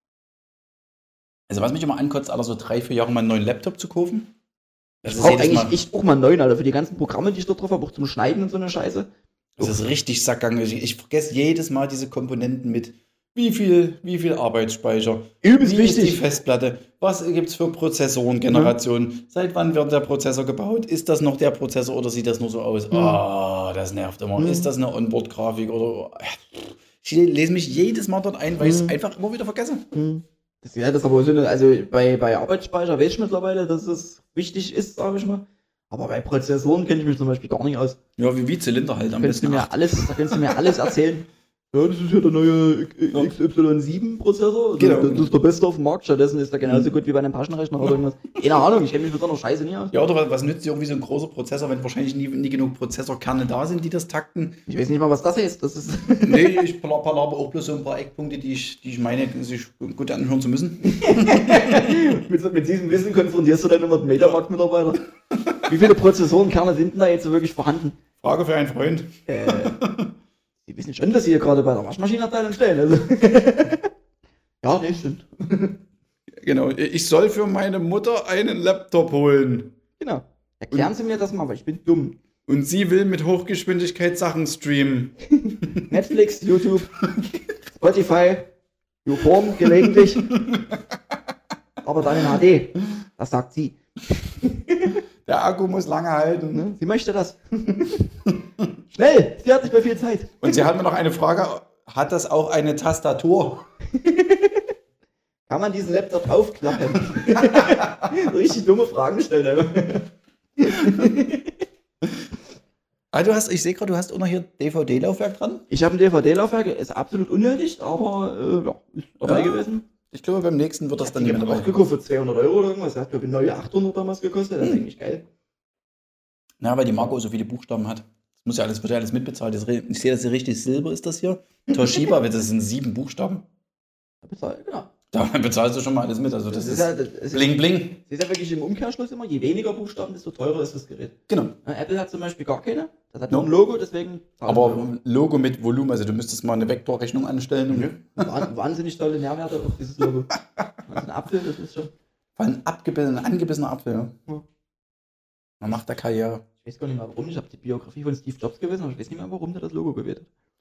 Also was mich immer ankotzt, alle so 3-4 Jahre mal einen neuen Laptop zu kaufen. Ich brauche mal einen neuen, Alter, für die ganzen Programme, die ich da drauf habe, auch zum Schneiden und so eine Scheiße. Das ist richtig Sackgang. Ich vergesse jedes Mal diese Komponenten mit. Wie viel Arbeitsspeicher? Übelst wichtig. Ist die Festplatte? Was gibt es für Prozessorengenerationen? Seit wann wird der Prozessor gebaut? Ist das noch der Prozessor oder sieht das nur so aus? Das nervt immer. Ist das eine Onboard-Grafik oder... Ich lese mich jedes Mal dort ein, weil ich es einfach immer wieder vergesse. Das ist aber so eine, also bei Arbeitsspeicher weiß ich mittlerweile, dass es wichtig ist, sage ich mal. Aber bei Prozessoren kenne ich mich zum Beispiel gar nicht aus. Ja, wie Zylinder halt am besten. Da kannst du mir alles erzählen. Ja, das ist ja der neue XY7-Prozessor. Genau. Das ist der beste auf dem Markt. Stattdessen ist der genauso gut wie bei einem Taschenrechner oder irgendwas. Keine Ahnung, ich kenne mich mit so einer Scheiße nie aus. Ja, oder was nützt dir irgendwie so ein großer Prozessor, wenn wahrscheinlich nie genug Prozessorkerne da sind, die das takten? Ich weiß nicht mal, was das ist. Nee, ich palaber auch bloß so ein paar Eckpunkte, die ich meine, sich gut anhören zu müssen. mit diesem Wissen konfrontierst du dann immer den Mediamarkt-Mitarbeiter. Wie viele Prozessorenkerne sind denn da jetzt so wirklich vorhanden? Frage für einen Freund. Die wissen schon, dass sie hier gerade bei der Waschmaschinenabteilung stellen. Also. Ja, nee, stimmt. Genau, ich soll für meine Mutter einen Laptop holen. Genau. Erklären Sie mir das mal, weil ich bin dumm. Und sie will mit Hochgeschwindigkeit Sachen streamen. Netflix, YouTube, Spotify, YouPorn gelegentlich. Aber dann in HD. Das sagt sie. Der Akku muss lange halten. Sie möchte das. Schnell, sie hat nicht mehr viel Zeit. Und sie hat mir noch eine Frage. Hat das auch eine Tastatur? Kann man diesen Laptop aufklappen? Richtig dumme Fragen stellen. Ich sehe gerade, du hast auch noch hier DVD-Laufwerk dran. Ich habe ein DVD-Laufwerk, ist absolut unnötig, aber ist dabei gewesen. Ich glaube, beim nächsten wird das dann nicht mehr dabei. Gekauft für 200 € oder irgendwas. Das hat, glaube ich, neue 800 damals gekostet. Das ist eigentlich geil. Na, weil die Marco so viele Buchstaben hat. Wird ja alles mitbezahlt. Ich sehe, dass hier richtig Silber ist das hier. Toshiba, das sind 7 Buchstaben. Genau. Da bezahlst du schon mal alles mit. Also das ist bling bling. Das ist ja wirklich im Umkehrschluss immer, je weniger Buchstaben, desto teurer ist das Gerät. Genau. Apple hat zum Beispiel gar keine. Das hat nur ein Logo, deswegen... Aber ein Logo mit Volumen, also du müsstest mal eine Vektorrechnung anstellen. Wahnsinnig tolle Nährwerte auf dieses Logo. Also ein Apfel, das ist schon... Ein angebissener Apfel, ja. Man macht da Karriere. Ich weiß gar nicht mehr warum. Ich habe die Biografie von Steve Jobs gewesen, aber ich weiß nicht mehr, warum der das Logo gewählt hat.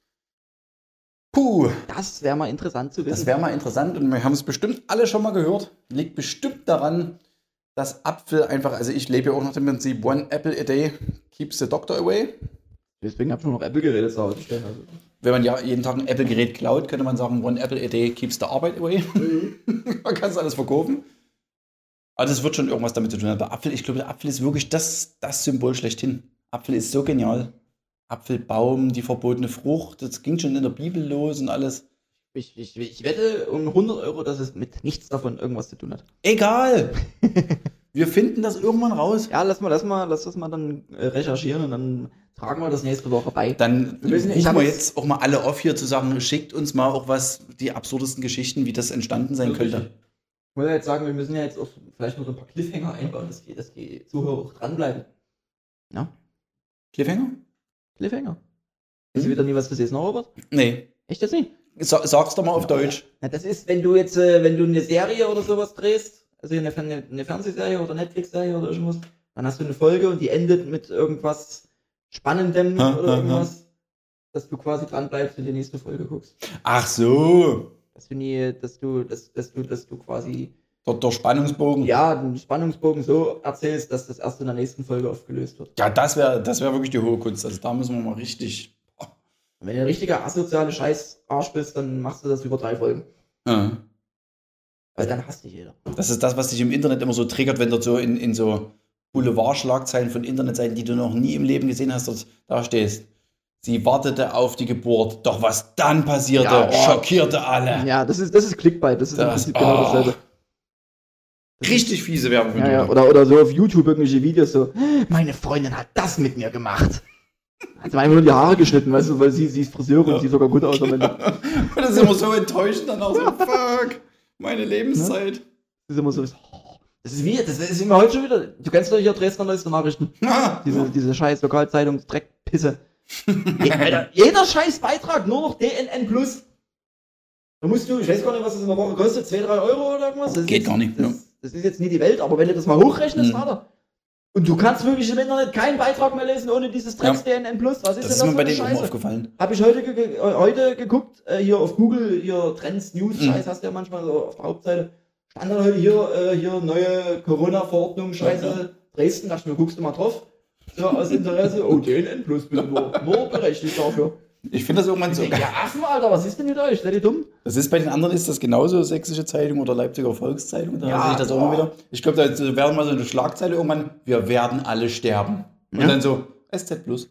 Puh. Das wäre mal interessant zu wissen. Das wäre mal interessant und wir haben es bestimmt alle schon mal gehört. Liegt bestimmt daran, dass Apfel einfach, also ich lebe ja auch nach dem Prinzip, one apple a day keeps the doctor away. Deswegen habe ich nur noch Apple-Geräte zu Hause stehen. Also. Wenn man ja jeden Tag ein Apple-Gerät klaut, könnte man sagen, one apple a day keeps the Arbeit away. Man kann es alles verkaufen. Aber das wird schon irgendwas damit zu tun haben. Aber Apfel, ich glaube, der Apfel ist wirklich das Symbol schlechthin. Apfel ist so genial. Apfelbaum, die verbotene Frucht, das ging schon in der Bibel los und alles. Ich wette um 100 €, dass es mit nichts davon irgendwas zu tun hat. Egal! Wir finden das irgendwann raus. Ja, lass das mal dann recherchieren und dann tragen wir das nächste Woche bei. Dann rufen wir jetzt auch mal alle auf hier zu sagen, schickt uns mal auch die absurdesten Geschichten, wie das entstanden sein könnte. Ich muss ja jetzt sagen, wir müssen ja jetzt auch vielleicht noch so ein paar Cliffhanger einbauen, dass die Zuhörer auch dranbleiben. Ja? Cliffhanger? Hast du wieder nie was gesehen, Robert? Nee. Echt jetzt nicht? Sag's doch mal auf Deutsch. Ja, das ist, wenn du jetzt, wenn du eine Serie oder sowas drehst, also eine Fernsehserie oder Netflix-Serie oder irgendwas, dann hast du eine Folge und die endet mit irgendwas Spannendem oder irgendwas, dass du quasi dran bleibst und die nächste Folge guckst. Ach so. Dass du quasi Der Spannungsbogen. ja, den Spannungsbogen so erzählst, dass das erst in der nächsten Folge aufgelöst wird. Ja, das wär wirklich die hohe Kunst. Also da müssen wir mal richtig. Und wenn du ein richtiger asoziale Scheißarsch bist, dann machst du das über 3 Folgen. Ja. Weil dann hasst dich jeder. Das ist das, was dich im Internet immer so triggert, wenn du so in so Boulevardschlagzeilen von Internetseiten, die du noch nie im Leben gesehen hast, dort da stehst. Sie wartete auf die Geburt, doch was dann passierte, schockierte alle. Ja, das ist Clickbait, das ist im Prinzip genau dasselbe. Richtig fiese Werbung. Ja, oder so auf YouTube irgendwelche Videos so, meine Freundin hat das mit mir gemacht. Hat sie einfach nur die Haare geschnitten, weißt du, weil sie ist Friseurin und sieht sogar gut aus. Und das ist immer so enttäuschend dann auch so, fuck, meine Lebenszeit. Das ist immer so, das ist immer heute schon wieder, du kennst doch hier Dresdner Neueste Nachrichten. Diese scheiß Lokalzeitung, Dreckpisse. Alter, jeder scheiß Beitrag, nur noch DNN+. Da musst du, ich weiß gar nicht, was das in der Woche kostet, 2-3 Euro oder irgendwas. Das geht gar nicht. Das ist jetzt nie die Welt, aber wenn du das mal hochrechnest, Vater, und du kannst wirklich im Internet keinen Beitrag mehr lesen ohne dieses Drecks DNN+. Was ist das denn ist das mir für bei eine denen auch Scheiße? aufgefallen. Habe ich heute geguckt, hier auf Google, hier Trends, News, Scheiß hast du ja manchmal so auf der Hauptseite. Stand dann heute hier neue Corona-Verordnung, Scheiße, Dresden, dachte ich mir, guckst du mal drauf. So, aus Interesse, oh, DNN+, bitte nur berechtigt dafür. Ich finde das irgendwann so geil. Ja, Affen, Alter, was ist denn mit euch? Seid ihr dumm? Das ist bei den anderen ist das genauso, Sächsische Zeitung oder Leipziger Volkszeitung, da sehe ich das auch immer wieder. Ich glaube, da werden mal so eine Schlagzeile irgendwann, wir werden alle sterben. Und dann so, SZ Plus.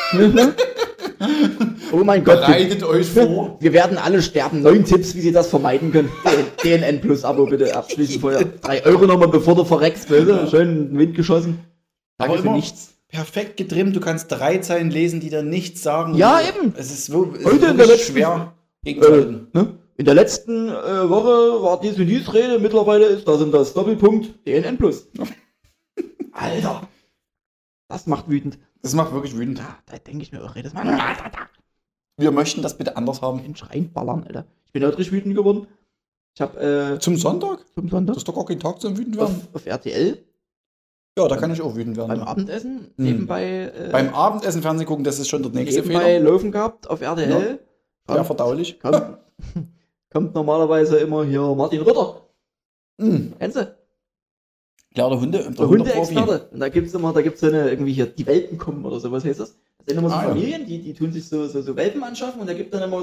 Oh mein Gott. Bereitet euch vor. Wir werden alle sterben. 9 Tipps, wie Sie das vermeiden können. DNN Plus Abo bitte abschließen vorher. 3 Euro nochmal, bevor du verreckst, weißt. Schön in den Wind geschossen. Danke aber für nichts. Perfekt getrimmt, du kannst 3 Zeilen lesen, die dann nichts sagen. Ja, eben. Es ist wirklich schwer gegenzuhalten. In der letzten Woche war dies und dies Rede, mittlerweile ist das und das Doppelpunkt DNN Plus. Alter. Das macht wütend. Das macht wirklich wütend. Ja, da denke ich mir auch, das wir möchten das bitte anders haben. Mensch, reinballern, Alter. Ich bin heute richtig wütend geworden. Ich hab, zum Sonntag? Zum Sonntag? Das ist doch gar kein Tag zum wütend werden. Auf RTL. Ja, da kann ich auch wütend werden. Beim Abendessen, nebenbei... beim Abendessen Fernsehen gucken, das ist schon der nächste Fehler. Nebenbei laufen gehabt auf RTL. Ja, verdaulich. Kommt normalerweise immer hier Martin Rütter. Kennst du? Ja, der Hunde-Experte. Und da gibt's so eine, irgendwie hier, die Welpen kommen oder sowas heißt das. Das sind immer so Familien, die tun sich so Welpen anschaffen und da gibt dann immer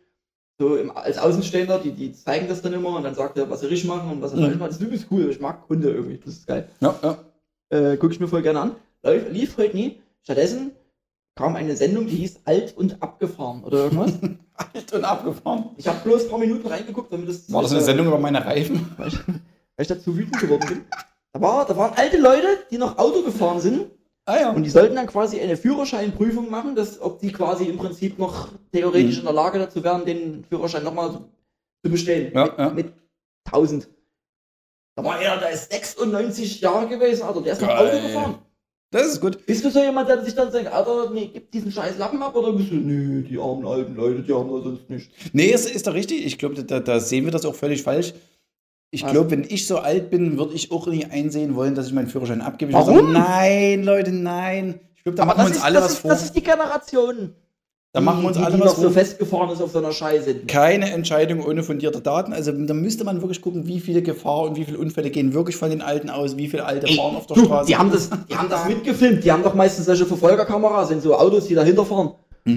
als Außenstehender, die zeigen das dann immer und dann sagt er, was sie richtig machen und was er falsch macht. Das ist übelst cool. Ich mag Hunde irgendwie. Das ist geil. Ja. Gucke ich mir voll gerne an. Lief heute nie. Stattdessen kam eine Sendung, die hieß Alt und Abgefahren oder irgendwas. Alt und Abgefahren? Ich habe bloß ein paar Minuten reingeguckt, damit das... War das eine Sendung über meine Reifen? Weil ich dazu wütend geworden bin. Da waren alte Leute, die noch Auto gefahren sind. Und die sollten dann quasi eine Führerscheinprüfung machen, ob die quasi im Prinzip noch theoretisch in der Lage dazu wären, den Führerschein nochmal zu bestehen. Mit 1000. Da war er, der ist 96 Jahre gewesen, Alter, der ist noch Auto gefahren. Das ist gut. Bist du so jemand, der sich dann sagt, Alter, nee, gib diesen scheiß Lappen ab, oder bist du, nee, die armen alten Leute, die haben das sonst nicht. Nee, es ist doch richtig. Ich glaube, da sehen wir das auch völlig falsch. Ich glaube, wenn ich so alt bin, würde ich auch nicht einsehen wollen, dass ich meinen Führerschein abgebe. Warum? Nein, Leute, nein. Ich glaube, da machen wir uns alle was vor. Das ist die Generation. Da machen wir uns alle was was vor. Die noch so festgefahren ist auf so einer Scheiße. Keine Entscheidung ohne fundierte Daten. Also da müsste man wirklich gucken, wie viele Gefahren und wie viele Unfälle gehen wirklich von den Alten aus, wie viele Alte fahren auf der Straße. Die haben das mitgefilmt. Die haben doch meistens solche Verfolgerkameras in so Autos, die dahinter fahren.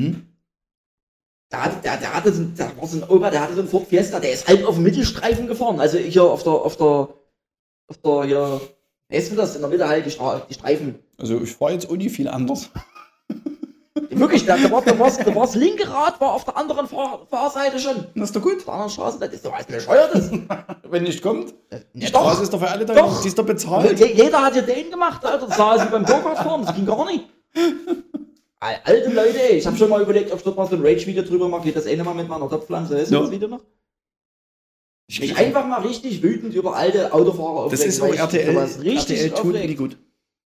Da war so ein Opa, der hatte so einen Ford Fiesta, der ist halb auf dem Mittelstreifen gefahren. Also hier auf der hier, weißt du das, in der Mitte halt die Streifen. Also ich fahre jetzt auch nie viel anders. Wirklich, da war das linke Rad war auf der anderen Fahrseite schon. Das ist doch gut. Auf der anderen Straße, das ist doch was Bescheuertes. Wenn nicht kommt, die Straße ist doch für alle da, die ist doch bezahlt. Jeder hat ja den gemacht, Alter, das war wie beim Go-Kart fahren, das ging gar nicht. Alte Leute, ey, ich habe schon mal überlegt, ob ich dort mal so ein Rage-Video drüber mache, geht das eine Mal mit meiner Topfpflanze, ist das Video noch? Ich einfach mal richtig wütend über alte Autofahrer aufregen. Das ist auch RTL tut die gut.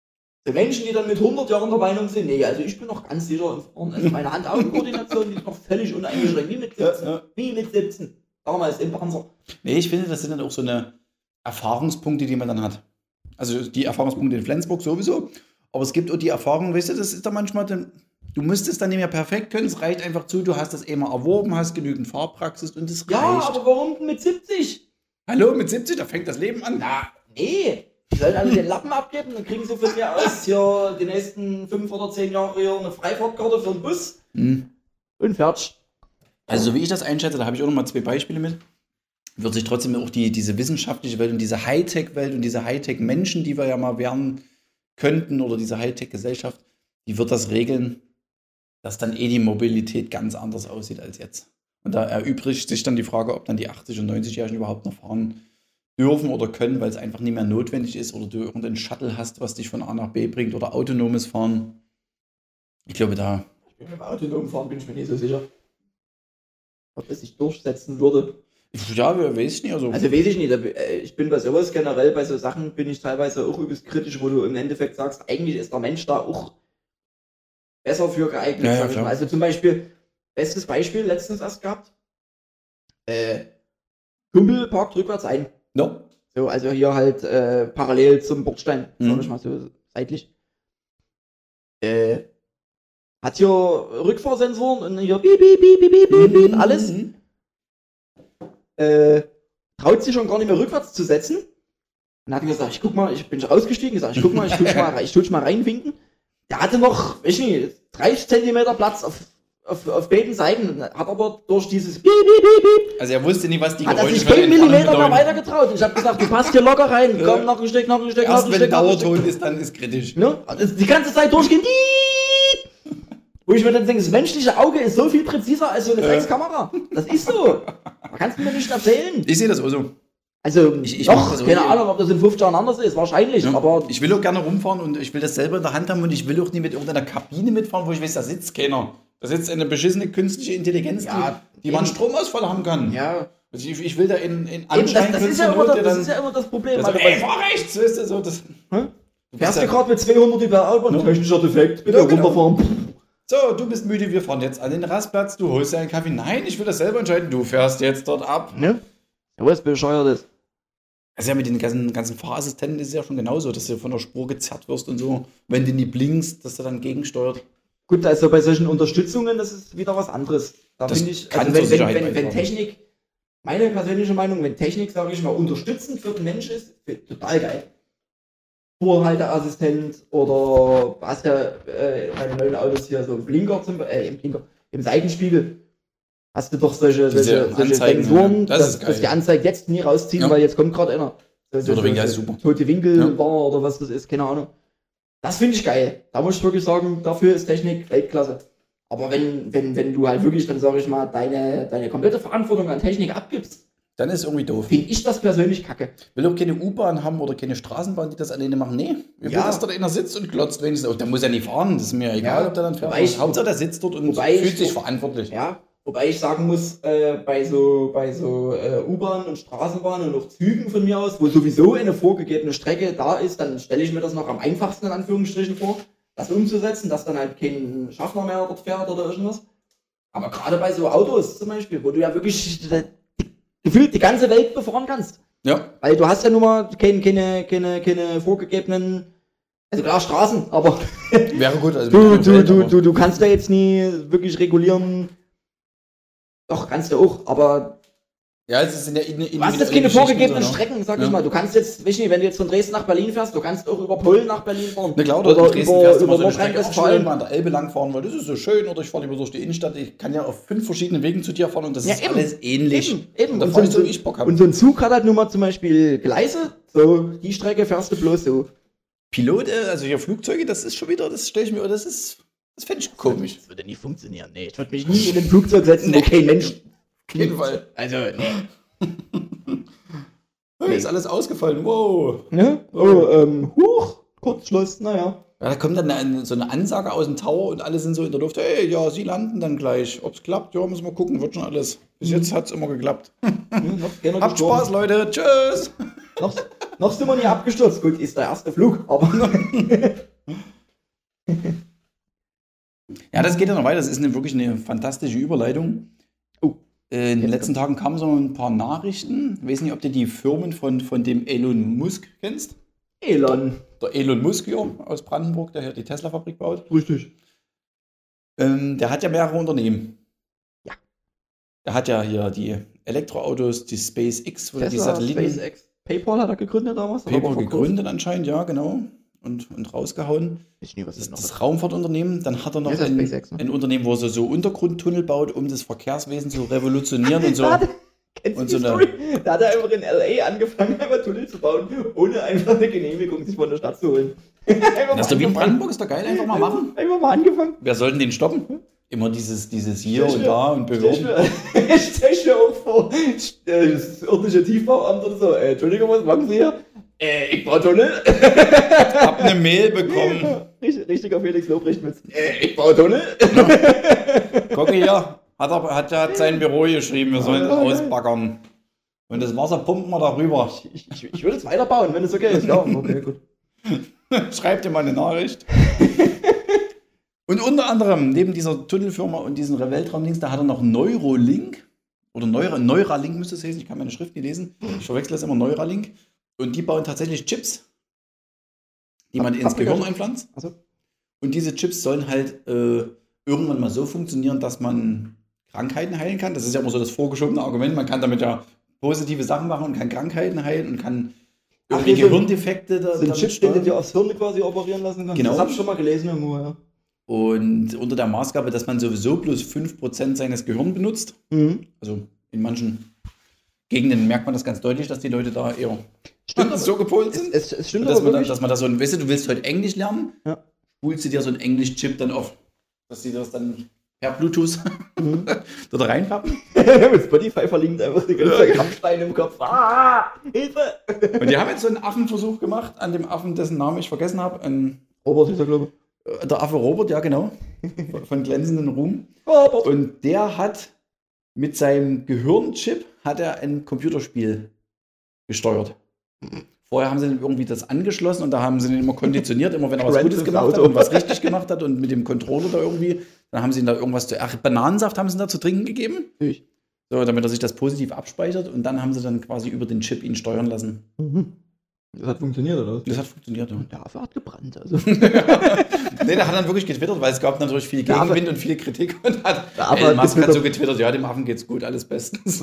Die Menschen, die dann mit 100 Jahren der Meinung sind, nee, also ich bin noch ganz sicher im Fahren. Also meine Hand-Augen-Koordination, die ist noch völlig uneingeschränkt, wie mit 17. Ja. Wie mit 17. Damals im Panzer. Nee, ich finde, das sind dann auch so eine Erfahrungspunkte, die man dann hat. Also die Erfahrungspunkte in Flensburg sowieso. Aber es gibt auch die Erfahrung, weißt du, das ist da manchmal, du musst es dann nicht mehr perfekt können. Es reicht einfach zu, du hast das einmal erworben, hast genügend Fahrpraxis und es reicht. Ja, aber warum denn mit 70? Hallo, mit 70, da fängt das Leben an. Na, nee. Die sollen alle den Lappen abgeben, dann kriegen sie von mir aus hier die nächsten 5 oder 10 Jahre hier eine Freifahrtkarte für den Bus. Und fertig. Also so wie ich das einschätze, da habe ich auch noch mal 2 Beispiele mit, wird sich trotzdem auch diese wissenschaftliche Welt und diese Hightech-Welt und diese Hightech-Menschen, die wir ja mal werden könnten, oder diese Hightech-Gesellschaft, die wird das regeln, dass dann die Mobilität ganz anders aussieht als jetzt. Und da erübrigt sich dann die Frage, ob dann die 80- und 90-Jährigen überhaupt noch fahren dürfen oder können, weil es einfach nicht mehr notwendig ist oder du irgendeinen Shuttle hast, was dich von A nach B bringt oder autonomes Fahren. Ich glaube, Ich bin beim autonomen Fahren bin ich mir nicht so sicher. Ob das sich durchsetzen würde. Ja, weiß ich nicht. Also weiß ich nicht. Ich bin bei sowas generell, bei so Sachen bin ich teilweise auch übelst kritisch, wo du im Endeffekt sagst, eigentlich ist der Mensch da auch besser für geeignet. Ja, sag ich mal. Also zum Beispiel, bestes Beispiel, letztens erst gehabt. Kumpel parkt rückwärts ein. no. So, also hier halt parallel zum Bordstein, sag ich mal so seitlich. Hat hier Rückfahrsensoren und hier piep, piep, piep, piep, piep, piep, alles. Traut sich schon gar nicht mehr rückwärts zu setzen. Und hat gesagt, ich guck mal, ich bin schon ausgestiegen, gesagt, ich guck mal, ich tue mal reinwinken. Der hatte noch, weiß nicht, 30 Zentimeter Platz auf beiden Seiten, hat aber durch dieses Piep, Piep, Piep, Piep, Also er wusste nie, was die hat er Geräusche sich keinen Millimeter mehr weiter getraut. Ich habe gesagt, du passt hier locker rein, komm, noch ein Stück, noch ein Stück, noch Erst ein wenn Stück. Dauerton ist, dann ist kritisch. Ne? Also die ganze Zeit durchgehen. Wo ich mir dann denke, das menschliche Auge ist so viel präziser als so eine Dreckskamera. Das ist so. Da kannst du mir nicht erzählen. Ich sehe das auch so. Also, Ich doch, mach das keine auch. Ahnung, ob das in 5 Jahren anders ist. Wahrscheinlich, Ja. aber Ich will auch gerne rumfahren und ich will das selber in der Hand haben und ich will auch nicht mit irgendeiner Kabine mitfahren, wo ich weiß, da sitzt keiner. Da sitzt eine beschissene künstliche Intelligenz, Ja, die man Stromausfall haben kann. ja. Also ich will da in Eben, Anschein das ist ja immer das Problem. Also, Also, ey, fahr rechts, weißt du, so das. fährst du gerade mit 200 über der Autobahn, technischer Defekt, bitte Ja, genau. runterfahren. So, du bist müde, wir fahren jetzt an den Rastplatz, du holst dir einen Kaffee. Nein, ich will das selber entscheiden, du fährst jetzt dort ab. Ne? Ja, was bescheuert ist. Also ja, mit den ganzen Fahrassistenten ist es ja schon genauso, dass du von der Spur gezerrt wirst und so. Wenn du nie blinkst, dass du dann gegensteuert. Gut, also bei solchen Unterstützungen, das ist wieder was anderes. Da Das finde ich, kann also zur Sicherheit wenn beitragen. Technik, meine persönliche Meinung, wenn Technik, sage ich mal, unterstützend für den Mensch ist, total geil. Vorhalteassistent oder was ja bei den neuen Autos hier so ein Blinker im Seitenspiegel. Hast du doch solche Anzeigen, Sensoren, ja. Das ist geil. dass die Anzeige jetzt nie rausziehen, Ja. weil jetzt kommt gerade einer. Oder wegen, ja, super. Tote Winkel Ja. war oder was das ist, keine Ahnung. Das finde ich geil. Da muss ich wirklich sagen, dafür ist Technik Weltklasse. Aber wenn du halt wirklich, dann sage ich mal, deine komplette Verantwortung an Technik abgibst, Dann ist irgendwie doof. finde ich das persönlich kacke. Will auch keine U-Bahn haben oder keine Straßenbahn, die das alleine machen. Nee, wir Ja. will, dass dort einer sitzt und glotzt wenigstens. Der muss ja nicht fahren, das ist mir egal, Ja. ob der dann fährt. Wobei ich- Hauptsache, der sitzt dort und wobei fühlt ich- sich verantwortlich. Ja, wobei ich sagen muss, bei so U-Bahn und Straßenbahn und auch Zügen von mir aus, wo sowieso eine vorgegebene Strecke da ist, dann stelle ich mir das noch am einfachsten in Anführungsstrichen vor, das umzusetzen, dass dann halt kein Schaffner mehr dort fährt oder irgendwas. Aber gerade bei so Autos zum Beispiel, wo du ja wirklich gefühlt die ganze Welt befahren kannst. Ja, Weil du hast ja nun mal keine vorgegebenen, also klar Straßen, aber wäre gut. Also du kannst ja jetzt nie wirklich regulieren. Doch, kannst du auch, aber ja, es ist in der du hast jetzt keine vorgegebenen Strecken, sag ich mal. Du kannst jetzt, weiß nicht, wenn du jetzt von Dresden nach Berlin fährst, du kannst auch über Polen nach Berlin fahren. Na klar, oder in Dresden fährst du mal so eine Strecke Nordrhein-Westfalen. mal an der Elbe langfahren, weil das ist so schön. Oder ich fahre lieber durch die Innenstadt. Ich kann ja auf 5 verschiedenen Wegen zu dir fahren und das Ja, ist eben. alles ähnlich. Eben. Und da Und fahr ich so- so, wie ich Bock habe. Und so ein Zug hat halt nun mal zum Beispiel Gleise, so, die Strecke fährst du bloß so. Pilote, also hier Flugzeuge, das ist schon wieder, das stelle ich mir, das fände ich komisch. Das würde nie funktionieren, nee. Ich würde mich nie in ein Flugzeug setzen, wo kein Mensch. Auf jeden Fall. Also, nee. Hey, ist alles ausgefallen, wow. Ne? Oh, huch, Kurzschluss, naja. Ja, da kommt dann so eine Ansage aus dem Tower und alle sind so in der Luft, hey, ja, sie landen dann gleich. Ob es klappt, ja, müssen wir gucken, wird schon alles. Bis jetzt hat es immer geklappt. Noch keiner Habt gestorben. Spaß, Leute, tschüss. Noch sind wir nie abgestürzt. Gut, ist der erste Flug, aber Ja, das geht ja noch weiter. Das ist wirklich eine fantastische Überleitung. In den letzten Tagen kamen so ein paar Nachrichten. Ich weiß nicht, ob du die Firmen von dem Elon Musk kennst. Elon. Der Elon Musk hier aus Brandenburg, der hier die Tesla-Fabrik baut. Richtig. Der hat ja mehrere Unternehmen. Ja. Der hat ja hier die Elektroautos, die SpaceX, Tesla, die Satelliten. SpaceX. PayPal hat er gegründet damals. PayPal gegründet anscheinend, ja, genau. Und rausgehauen. Ich nie, was ist noch Das Raumfahrtunternehmen. Dann hat er noch SpaceX, ne? ein Unternehmen, wo er so Untergrundtunnel baut, um das Verkehrswesen zu revolutionieren und so. Kennst du Und die so Story? Da hat er einfach in L.A. angefangen, einfach Tunnel zu bauen, ohne einfach eine Genehmigung sich von der Stadt zu holen. Das ist doch wie in Brandenburg, ist doch geil, einfach mal machen. Einfach mal angefangen. Wer soll denn den stoppen? Immer dieses hier und da und Behörden. Ich stell mir auch vor, das örtliche Tiefbauamt oder so, Entschuldigung, was machen Sie hier? Ich baue Tunnel. Hab eine Mail bekommen. Richtiger Felix Lobrecht-Witz. Ich baue Tunnel. Guck hier, hat er sein Büro geschrieben, wir sollen ausbaggern. Und das Wasser pumpen wir darüber. Ich würde es weiterbauen, wenn es okay ist. Ja, okay, gut. Schreibt dir mal eine Nachricht. Und unter anderem, neben dieser Tunnelfirma und diesen Weltraumdings, da hat er noch Neuralink. Oder Neuralink müsste es heißen, ich kann meine Schrift nicht lesen. Ich verwechsel das immer, Neuralink. Und die bauen tatsächlich Chips, die man ins Gehirn einpflanzt. Also. Und diese Chips sollen halt irgendwann mal so funktionieren, dass man Krankheiten heilen kann. Das ist ja immer so das vorgeschobene Argument. Man kann damit ja positive Sachen machen und kann Krankheiten heilen und kann irgendwie Gehirndefekte da. Sind Chips, den du dir aufs Hirn quasi operieren lassen kannst? Genau. Das habe ich schon mal gelesen irgendwo, ja. Und unter der Maßgabe, dass man sowieso bloß 5% seines Gehirns benutzt. Also in manchen Gegenden merkt man das ganz deutlich, dass die Leute da eher so gepolt sind. Es stimmt dass aber man dass man da so ein, weißt du willst heute Englisch lernen, ja. Spulst du dir so einen Englisch-Chip dann auf, dass sie das dann per Bluetooth dort reinpappen. Mit Spotify verlinkt einfach die ganze Kampfsteine im Kopf. Hilfe! Und die haben jetzt so einen Affenversuch gemacht an dem Affen, dessen Namen ich vergessen habe. Robert ist er, glaube ich. Der Affe Robert, ja genau. Von glänzenden Ruhm. Robert. Und der hat mit seinem Gehirnchip ein Computerspiel gesteuert. Vorher haben sie irgendwie das angeschlossen und da haben sie ihn immer konditioniert, immer wenn er was Gutes gemacht hat und was richtig gemacht hat und mit dem Controller da irgendwie, dann haben sie ihm da irgendwas Bananensaft haben sie ihm da zu trinken gegeben. So, damit er sich das positiv abspeichert und dann haben sie dann quasi über den Chip ihn steuern lassen. Das hat funktioniert, oder? Das hat funktioniert, ja. Der Affe hat gebrannt, also. Nee, der hat dann wirklich getwittert, weil es gab natürlich viel Gegenwind und viel Kritik und Elon Musk hat so getwittert, ja, dem Affen geht's gut, alles bestens.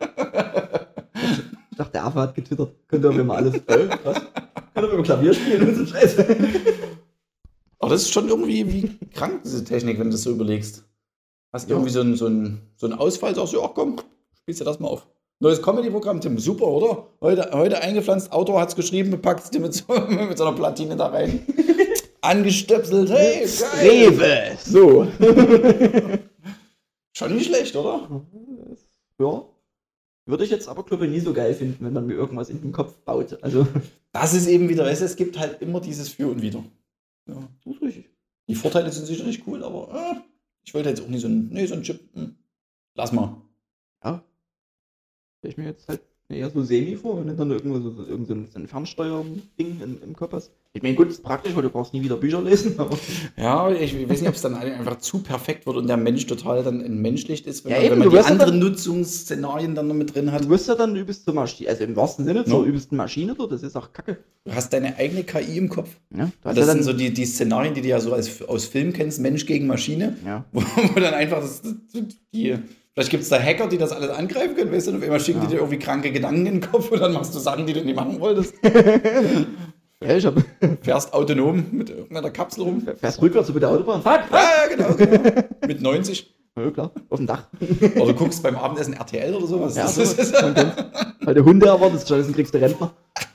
Ich dachte, der Affe hat getwittert. Könnte er mir mal alles was? Könnte er mit dem Klavier spielen und so Scheiße. Aber das ist schon irgendwie wie krank, diese Technik, wenn du das so überlegst. Hast du irgendwie so einen Ausfall, sagst du, ach komm, spielst du das mal auf. Neues Comedy-Programm, Tim, super, oder? Heute eingepflanzt, Autor hat's geschrieben, bepackst du mit so einer Platine da rein. Angestöpselt, hey, geil. Rewe, so. Schon nicht schlecht, oder? Ja. Würde ich jetzt aber, glaube ich, nie so geil finden, wenn man mir irgendwas in den Kopf baut. Also. Das ist eben wieder, weißt du, es gibt halt immer dieses Für und Wider. Ja, das ist richtig. Die Vorteile sind sicherlich cool, aber ich wollte jetzt auch nicht so ein Chip. Lass mal. Ja. Stell ich mir jetzt halt eher so semi vor, wenn du dann irgend so ein Fernsteuer-Ding im Kopf hast. Ich meine, gut, ist praktisch, weil du brauchst nie wieder Bücher lesen. Aber ja, ich weiß nicht, ob es dann einfach zu perfekt wird und der Mensch total dann entmenschlicht ist, wenn man die anderen Nutzungsszenarien dann noch mit drin hat. Du wirst ja dann übelst zur Maschine, also im wahrsten Sinne zur übelsten Maschine dort, das ist auch kacke. Du hast deine eigene KI im Kopf. Ja, das sind so die Szenarien, die du ja so aus Film kennst, Mensch gegen Maschine, ja. wo dann einfach vielleicht gibt es da Hacker, die das alles angreifen können, weißt du, und auf einmal schicken die dir irgendwie kranke Gedanken in den Kopf und dann machst du Sachen, die du nicht machen wolltest. Ja, fährst autonom mit irgendeiner Kapsel rum. Fährst rückwärts über der Autobahn. Fuck! Ja, genau. Mit 90. Ja, klar, auf dem Dach. Oder du guckst beim Abendessen RTL oder sowas. Ja, sowas. Weil der Hunde erwartet, stattdessen kriegst du Rentner.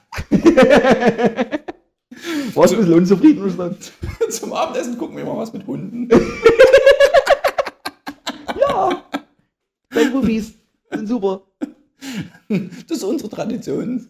Warst ein bisschen unzufrieden, muss ich sagen. Zum Abendessen gucken wir mal was mit Hunden. Ja! Deine Movies sind super. Das ist unsere Tradition.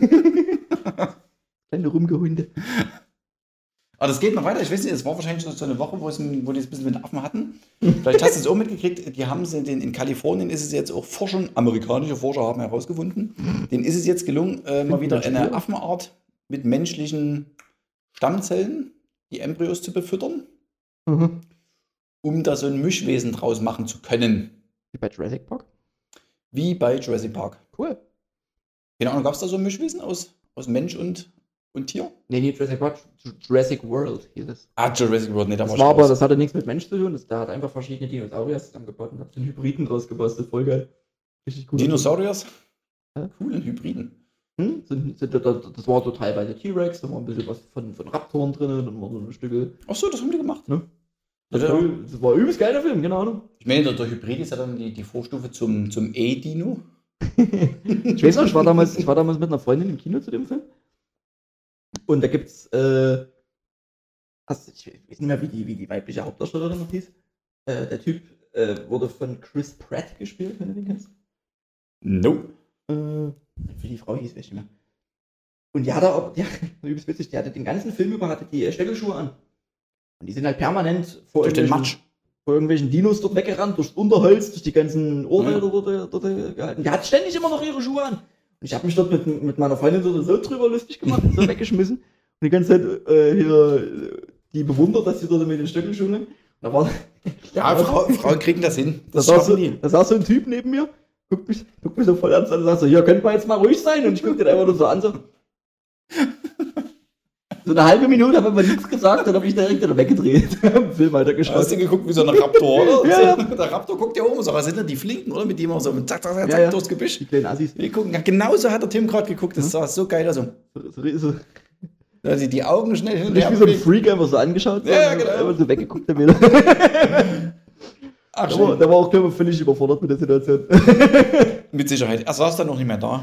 Kleine Rumgehunde. Aber das geht noch weiter. Ich weiß nicht, es war wahrscheinlich so eine Woche, wo die es ein bisschen mit Affen hatten. Vielleicht hast du es auch mitgekriegt. Die haben sie in Kalifornien ist es jetzt auch amerikanische Forscher haben herausgefunden. Denen ist es jetzt gelungen, mal wieder eine Affenart mit menschlichen Stammzellen, die Embryos zu befüttern. um da so ein Mischwesen draus machen zu können. Wie bei Jurassic Park? Wie bei Jurassic Park. Cool. Keine Ahnung, gab es da so ein Mischwesen aus Mensch und Tier? Nee, Jurassic Park, Jurassic World hieß es. Jurassic World, nee, das hatte nichts mit Mensch zu tun, da hat einfach verschiedene Dinosaurier zusammengebaut und hat so einen Hybriden draus gebastelt, voll geil. Richtig gut. Dinosauriers? Coolen Hybriden. Das war so teilweise T-Rex, da war ein bisschen was von Raptoren drin, dann war so ein Stück. Achso, das haben die gemacht. Ne? Das war übelst geiler Film, keine Ahnung. Ich meine, der Hybrid ist ja dann die Vorstufe zum E-Dino. Ich weiß noch, ich war damals mit einer Freundin im Kino zu dem Film. Und da gibt's, ich weiß nicht mehr, wie die weibliche Hauptdarstellerin noch hieß. Der Typ wurde von Chris Pratt gespielt, wenn du den kennst. Nope. Wie die Frau hieß, weiß ich nicht mehr. Und die hatte übelst witzig, die hatte den ganzen Film über die Stöckelschuhe an. Und die sind halt permanent vor irgendwelchen Dinos dort weggerannt, durchs Unterholz, durch die ganzen Ohrwälder dort gehalten. Die hat ständig immer noch ihre Schuhe an. Und ich habe mich dort mit meiner Freundin so drüber lustig gemacht, so weggeschmissen. Und die ganze Zeit hier die bewundert, dass sie dort mit den Stöckelschuhen. Da war, Frauen kriegen das hin. Da saß so ein Typ neben mir, guckt mich so voll ernst an und sagt so, ja, könnt ihr jetzt mal ruhig sein? Und ich guck den einfach nur so an, so eine halbe Minute habe ich aber nichts gesagt, dann habe ich direkt wieder weggedreht. Film weitergeschaut. Hast du geguckt wie so ein Raptor, oder? Ja. Der Raptor guckt ja oben so, was sind denn die Flinken, oder? Mit dem auch so zack, durchs Gebüsch. Die kleinen Assis. Wir gucken, ja, genauso hat der Tim gerade geguckt, das sah so geil aus. So. Also die Augen schnell hin und her. Wie so ein Freak einfach so angeschaut. Ja, genau. Einfach so weggeguckt dann wieder. Ach, der war auch, glaube ich, völlig überfordert mit der Situation. Mit Sicherheit. Er saß dann noch nicht mehr da.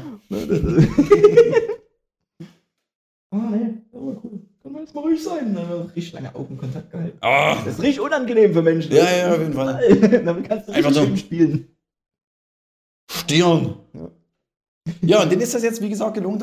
Nee, aber cool. Können wir jetzt mal ruhig sein? Dann haben wir richtig lange Augenkontakt gehalten. Oh. Das ist richtig unangenehm für Menschen. Ja, auf jeden Fall. Damit kannst du einfach richtig so schön spielen. Stirn. Ja, und denen ist das jetzt, wie gesagt, gelungen,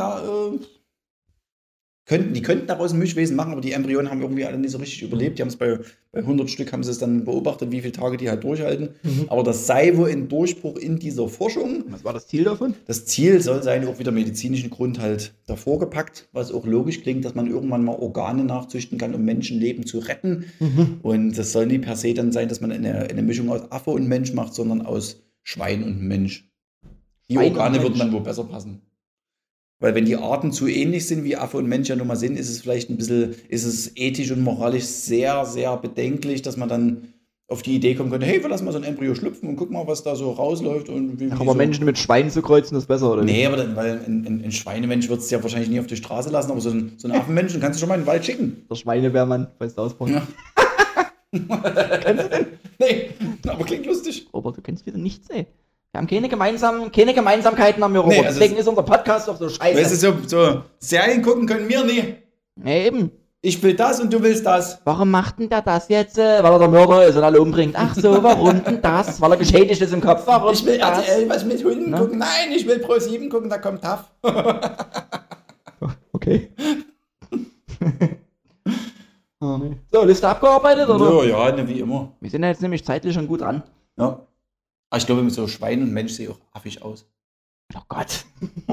die könnten daraus ein Mischwesen machen, aber die Embryonen haben irgendwie alle nicht so richtig überlebt. Die haben es bei 100 Stück haben sie es dann beobachtet, wie viele Tage die halt durchhalten. Aber das sei wohl ein Durchbruch in dieser Forschung. Was war das Ziel davon? Das Ziel soll sein, auch wieder medizinischen Grund halt davor gepackt, was auch logisch klingt, dass man irgendwann mal Organe nachzüchten kann, um Menschenleben zu retten. Und das soll nicht per se dann sein, dass man eine Mischung aus Affe und Mensch macht, sondern aus Schwein und Mensch. Die Organe würden dann wohl besser passen. Weil wenn die Arten zu ähnlich sind, wie Affe und Mensch ja nun mal sind, ist es vielleicht ist es ethisch und moralisch sehr, sehr bedenklich, dass man dann auf die Idee kommen könnte, hey, wir lassen mal so ein Embryo schlüpfen und gucken mal, was da so rausläuft. Und aber Menschen mit Schweinen zu kreuzen, ist besser, oder? Nee, aber weil ein Schweinemensch wird es ja wahrscheinlich nie auf die Straße lassen, aber so ein Affenmensch, den kannst du schon mal in den Wald schicken. Der Schweinebärmann, weißt du ausbauen. Ja. Kennst du den? Nee, aber klingt lustig. Robert, du kennst wieder nichts, ey. Wir haben keine Gemeinsamkeiten haben wir, Robert. Nee, also deswegen ist unser Podcast doch so scheiße. Weißt du, so Serien gucken können wir nie. Nee, eben. Ich will das und du willst das. Warum macht denn der das jetzt? Weil er der Mörder ist und alle umbringt. Ach so, warum denn das? Weil er geschädigt ist im Kopf. Warum ich will das? RTL was mit Hunden gucken. Nein, ich will Pro7 gucken, da kommt TAF. Okay. Oh, nee. So, Liste abgearbeitet, oder? Ja, wie immer. Wir sind ja jetzt nämlich zeitlich schon gut dran. Ja. Aber ich glaube, mit so Schwein und Mensch sehe ich auch affig aus. Oh Gott.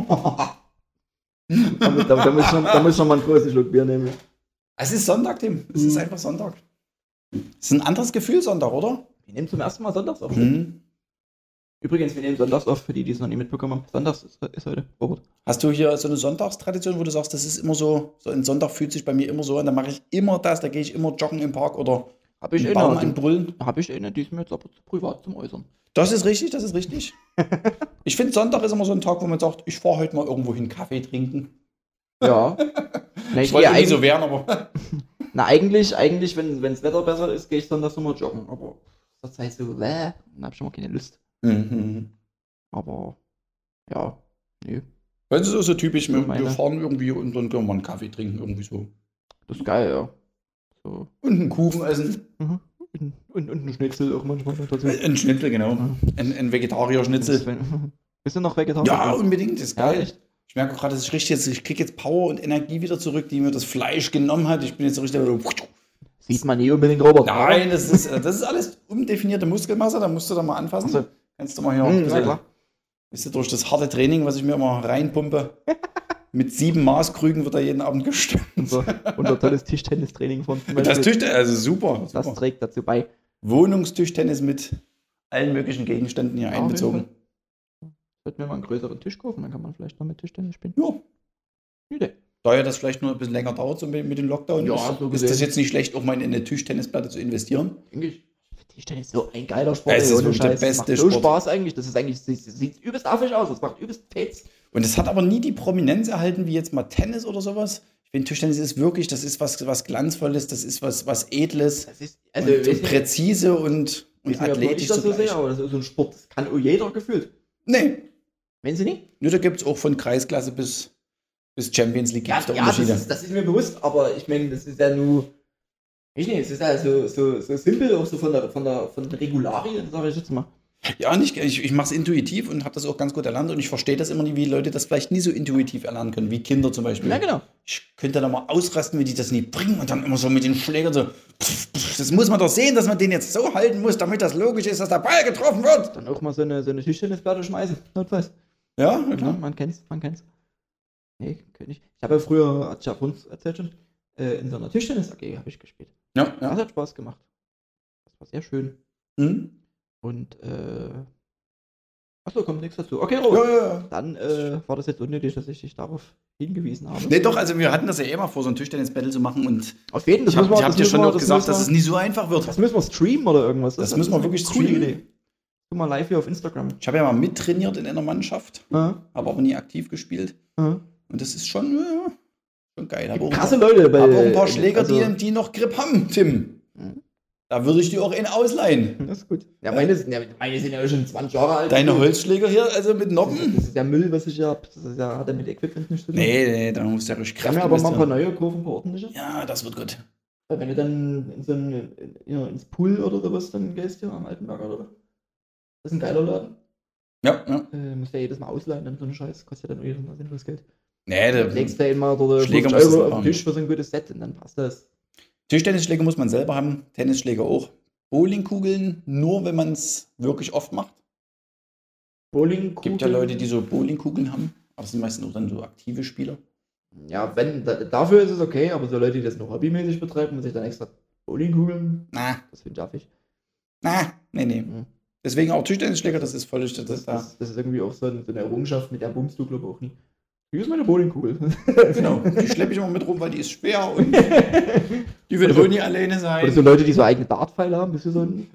da muss ich noch mal einen großen Schluck Bier nehmen. Es ist Sonntag, Tim. Es ist einfach Sonntag. Es ist ein anderes Gefühl, Sonntag, oder? Wir nehmen zum ersten Mal Sonntags auf. Übrigens, wir nehmen Sonntags auf, für die, die es noch nie mitbekommen haben. Sonntags ist heute, Robert. Hast du hier so eine Sonntagstradition, wo du sagst, das ist immer so ein Sonntag fühlt sich bei mir immer so an, da mache ich immer das, da gehe ich immer joggen im Park oder einen Baum anbrüllen? Habe ich eine, die ist mir jetzt aber zu privat zum Äußern. Das ist richtig, das ist richtig. Ich finde, Sonntag ist immer so ein Tag, wo man sagt, ich fahre heute mal irgendwo hin Kaffee trinken. Ja. Ich wollte nicht so werden, aber... Na, eigentlich, wenn das Wetter besser ist, gehe ich sonntags nochmal joggen. Aber das heißt so, dann habe ich schon mal keine Lust. Aber, ja, nee. Weißt du, so typisch, wir fahren irgendwie und dann können wir einen Kaffee trinken, irgendwie so. Das ist geil, ja. So. Und einen Kuchen essen. Und ein Schnitzel auch manchmal dazu. Ein Schnitzel, genau. Ein Vegetarier-Schnitzel. Bist du noch Vegetarier? Ja, unbedingt, das ist geil. Ja, echt? Ich merke gerade, dass ich kriege jetzt Power und Energie wieder zurück, die mir das Fleisch genommen hat. Ich bin jetzt so richtig... Sieht man nie unbedingt, Robert. Nein, das ist alles undefinierte Muskelmasse, da musst du da mal anfassen. Also, kannst du mal hier ein bisschen, durch das harte Training, was ich mir immer reinpumpe. Mit 7 Maßkrügen wird er jeden Abend gestimmt. Unser tolles Tischtennistraining von Das Tischtennis, also super. Das trägt dazu bei. Wohnungstischtennis mit allen möglichen Gegenständen hier einbezogen. Sollten wir mal einen größeren Tisch kaufen, dann kann man vielleicht noch mit Tischtennis spielen. Ja. Idee. Da ja das vielleicht nur ein bisschen länger dauert, so mit dem Lockdown, ist das jetzt nicht schlecht, auch mal in eine Tischtennisplatte zu investieren? Tischtennis ist so ein geiler Sport. Es ist wirklich der beste Sport. Sport. Spaß eigentlich. Das ist eigentlich, sieht übelst affig aus. Das macht übelst Fets. Und es hat aber nie die Prominenz erhalten, wie jetzt mal Tennis oder sowas. Ich finde, Tischtennis ist wirklich, das ist was Glanzvolles, das ist was Edles. Das ist, und präzise und athletisch das so sehr, aber das ist so ein Sport, das kann auch jeder gefühlt. Nee. Wenn sie nicht? Ja, da gibt es auch von Kreisklasse bis Champions League ja, das ist mir bewusst, aber ich meine, das ist ja nur, es ist ja so simpel, auch so von den Regularien, sage ich jetzt mal. Ja, ich mache es intuitiv und habe das auch ganz gut erlernt und ich verstehe das immer nicht, wie Leute das vielleicht nie so intuitiv erlernen können, wie Kinder zum Beispiel. Ja, genau. Ich könnte da mal ausrasten, wie die das nie bringen und dann immer so mit den Schlägern so, das muss man doch sehen, dass man den jetzt so halten muss, damit das logisch ist, dass der Ball getroffen wird. Dann auch mal so eine Tischtennisplatte schmeißen, notfalls. Ja, klar. Man kennt's. Nee, könnte ich. Ich habe ja früher, hat ja uns erzählt schon, in so einer Tischtennis-AG habe ich gespielt. Ja. Das hat Spaß gemacht. Das war sehr schön. Mhm. Und, achso, kommt nichts dazu. Okay, Robert. Ja. Dann war das jetzt unnötig, dass ich dich darauf hingewiesen habe. Nee, doch, also wir hatten das ja eh mal vor, so ein Tischtennis-Battle zu machen und auf jeden Fall. Ich hab dir schon noch gesagt, dass es nie so einfach wird. Das müssen wir streamen oder irgendwas. Das müssen wir wirklich streamen. Idee. Guck mal live hier auf Instagram. Ich habe ja mal mittrainiert in einer Mannschaft, habe aber nie aktiv gespielt. Und das ist schon geil. Krasse Leute. Ich habe auch ein paar Schläger, die noch Grip haben, Tim. Da würde ich dir auch einen ausleihen. Das ist gut. Ja, meine sind ja schon 20 Jahre alt. Deine Holzschläger hier, also mit Noppen? Das ist ja Müll, was ich hier habe. Hat ja mit Equipment nichts zu tun. Nee, da muss ja richtig Kraft. Kann mir aber mal ein paar neue kaufen, ein paar ordentliche. Ja, das wird gut. Weil wenn du dann ins Pool oder sowas dann gehst, hier am Altenberg oder so. Das ist ein geiler Laden. Ja. Musst ja jedes Mal ausleihen, dann so ein Scheiß. Kostet ja dann jedes Mal sinnlos Geld. Nee, dann legst du ja immer dort 50 Euro auf den Tisch für so ein gutes Set und dann passt das. Tischtennisschläger muss man selber haben, Tennisschläger auch. Bowlingkugeln nur, wenn man es wirklich oft macht. Bowlingkugeln? Gibt ja Leute, die so Bowlingkugeln haben, aber das sind meistens auch dann so aktive Spieler. Ja, dafür ist es okay, aber so Leute, die das nur hobbymäßig betreiben und sich dann extra Bowlingkugeln, das finde ich affig. Nee. Deswegen auch Tischtennisschläger, das ist völlig... Das ist irgendwie auch so eine Errungenschaft, mit der bummst du, glaube ich, auch nie. Hier ist meine Bowlingkugel. Genau, die schleppe ich immer mit rum, weil die ist schwer und die wird wohl nie alleine sein. Oder so Leute, die so eigene Dartpfeile haben, bist du so ein...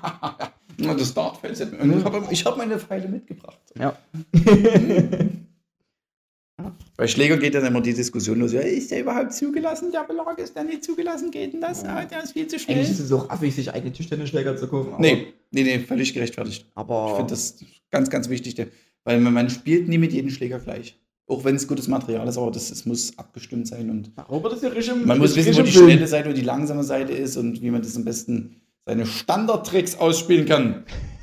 Das Dartpfeil, ich habe meine Pfeile mitgebracht. Ja. Bei Schläger geht dann immer die Diskussion los, ja, ist der überhaupt zugelassen? Der Belag ist der nicht zugelassen, geht denn das? Der ist viel zu schnell. Eigentlich ist es auch affig, sich eigene Tischtennisschläger zu kaufen. Nee, völlig gerechtfertigt. Aber ich finde das ganz, ganz wichtig, weil man spielt nie mit jedem Schläger gleich. Auch wenn es gutes Material ist, aber es muss abgestimmt sein. Und Robert ist ja richtig man muss wissen, wo die schnelle Seite und die langsame Seite ist und wie man das am besten seine Standardtricks ausspielen kann.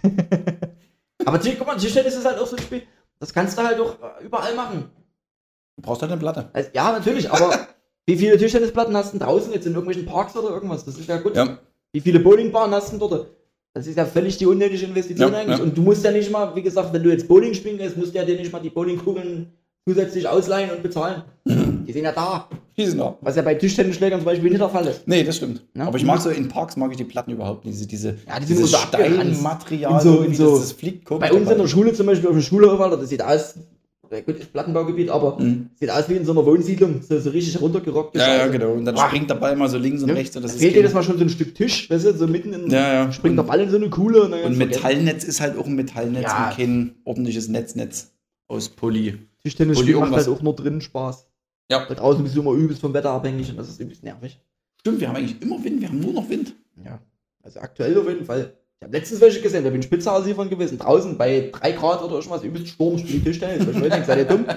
Aber guck mal, Tischtennis ist halt auch so ein Spiel, das kannst du halt auch überall machen. Du brauchst halt eine Platte. Also, ja, natürlich, aber wie viele Tischtennisplatten hast du draußen jetzt in irgendwelchen Parks oder irgendwas? Das ist ja gut. Ja. Wie viele Bowlingbahnen hast du dort? Das ist ja völlig die unnötige Investition eigentlich. Ja. Und du musst ja nicht mal, wie gesagt, wenn du jetzt Bowling spielen gehst, musst du ja dir nicht mal die Bowlingkugeln zusätzlich ausleihen und bezahlen. Die sind ja da. Die sind da. Was ja bei Tischtennisschlägern zum Beispiel nicht der Fall ist. Nee, das stimmt. Ja? Aber ich mag so, in Parks mag ich die Platten überhaupt nicht. Dieses so Steinmaterial, das fliegt komisch. Bei uns in der Schule zum Beispiel, auf der Schule, das sieht aus, gut, ist Plattenbaugebiet, aber sieht aus wie in so einer Wohnsiedlung, so richtig runtergerockt. Ja, genau. Und dann springt der Ball mal so links und rechts. Und das fehlt dir das mal schon so ein Stück Tisch, weißt du, so mitten in, springt der Ball in so eine Kuhle. Und Metallnetz ist halt auch ein Metallnetz und kein ordentliches Netz aus Poly. Tischtennisspiel macht halt auch nur drinnen Spaß. Ja. Weil draußen bist du immer übelst vom Wetter abhängig und das ist übelst nervig. Stimmt, wir haben eigentlich immer Wind, wir haben nur noch Wind. Ja, also aktuell auf jeden Fall. Ich habe letztens welche gesehen, da bin ich Pizza-Auslieferung gewesen. Draußen bei 3 Grad oder irgendwas, übelst Sturm, spielt Tischtennis. Ich weiß nicht, seid ihr dumm?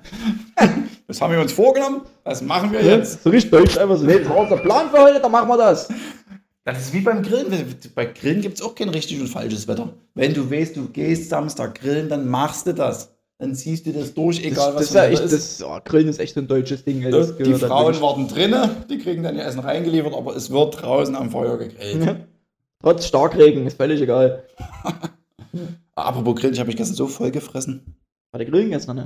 Das haben wir uns vorgenommen, das machen wir jetzt. So richtig deutsch einfach so, nee, das war unser Plan für heute, dann machen wir das. Das ist wie beim Grillen. Bei Grillen gibt es auch kein richtig und falsches Wetter. Wenn du weißt, du gehst Samstag grillen, dann machst du das. Dann ziehst du das durch, egal was ist. Grillen ist echt so ein deutsches Ding. Ey, die Frauen warten drinnen, die kriegen dann ihr Essen reingeliefert, aber es wird draußen am Feuer gegrillt. Ja. Trotz Starkregen, ist völlig egal. Apropos Grillen, ich habe mich gestern so voll gefressen. War der Grillen gestern, ne?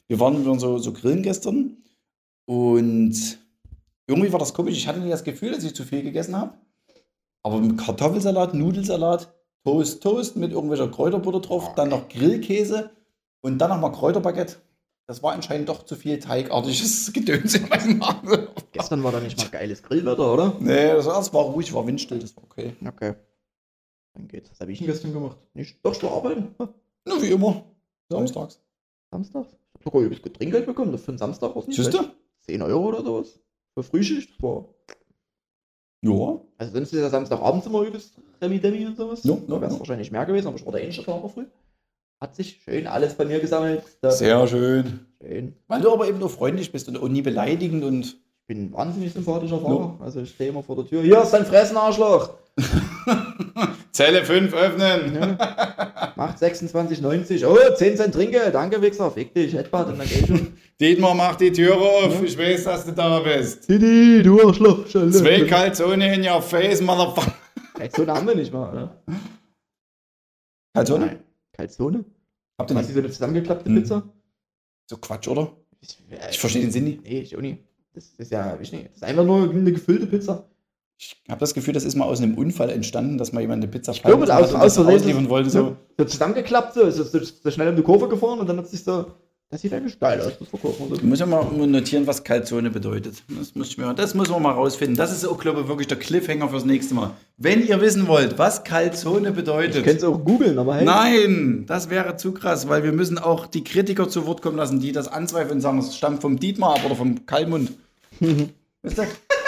Wir waren so grillen gestern und irgendwie war das komisch. Ich hatte nicht das Gefühl, dass ich zu viel gegessen habe. Aber mit Kartoffelsalat, Nudelsalat, Toast mit irgendwelcher Kräuterbutter drauf, dann noch Grillkäse und dann nochmal Kräuterbaguette. Das war anscheinend doch zu viel teigartiges Gedöns in meinem Magen. Gestern war da nicht mal geiles Grillwetter, oder? Nee, das war ruhig, war windstill, das war okay. Okay. Dann geht's. Was habe ich denn gestern gemacht? Nicht doch schon arbeiten? Na, wie immer. Samstags. Samstag? Ich habe sogar übelst gut Trinkgeld bekommen. Das für einen Samstag was nicht. Siehst du? 10 Euro oder sowas. Für Frühschicht. Das war. Ja. Also sonst ist ja Samstagabend immer übelst Remi-Demi und sowas. Ja, Da wäre es wahrscheinlich mehr gewesen, aber ich war der ähnliche Tag früh. Hat sich schön alles bei mir gesammelt. Sehr schön. Schön. Weil du aber eben nur freundlich bist und auch nie beleidigend und. Ich bin ein wahnsinnig sympathischer Fahrer. No. Also ich stehe immer vor der Tür. Hier ist dein Fressen, Arschloch! Zelle 5 öffnen! Ja. Macht 26,90. Oh, 10 Cent Trinkgeld. Danke, Wichser. Fick dich, Headbad und dann geh schon. Dietmar, mach die Tür auf. Ja. Ich weiß, dass du da bist. Didi, du Arschloch. 2 Calzone in your face, Motherfucker. Calzone haben wir nicht mal, oder? Calzone? Nein. Calzone? Habt ihr nicht so eine zusammengeklappte Pizza? So Quatsch, oder? Ich verstehe den Sinn nicht. Nee, ich auch nicht. Das ist ja, ich nicht. Das ist einfach nur eine gefüllte Pizza. Ich habe das Gefühl, das ist mal aus einem Unfall entstanden, dass mal jemand eine Pizza ausliefern wollte. So zusammengeklappt, so schnell um die Kurve gefahren und dann hat sich so. Das sieht eigentlich geil aus, das verkaufen. Ich muss ja mal notieren, was Calzone bedeutet. Das müssen wir mal rausfinden. Das ist auch, glaube ich, wirklich der Cliffhanger fürs nächste Mal. Wenn ihr wissen wollt, was Calzone bedeutet. Ich könnte es auch googeln, aber hey. Nein, das wäre zu krass, weil wir müssen auch die Kritiker zu Wort kommen lassen, die das anzweifeln und sagen, es stammt vom Dietmar ab oder vom Kalmund. Wisst ihr?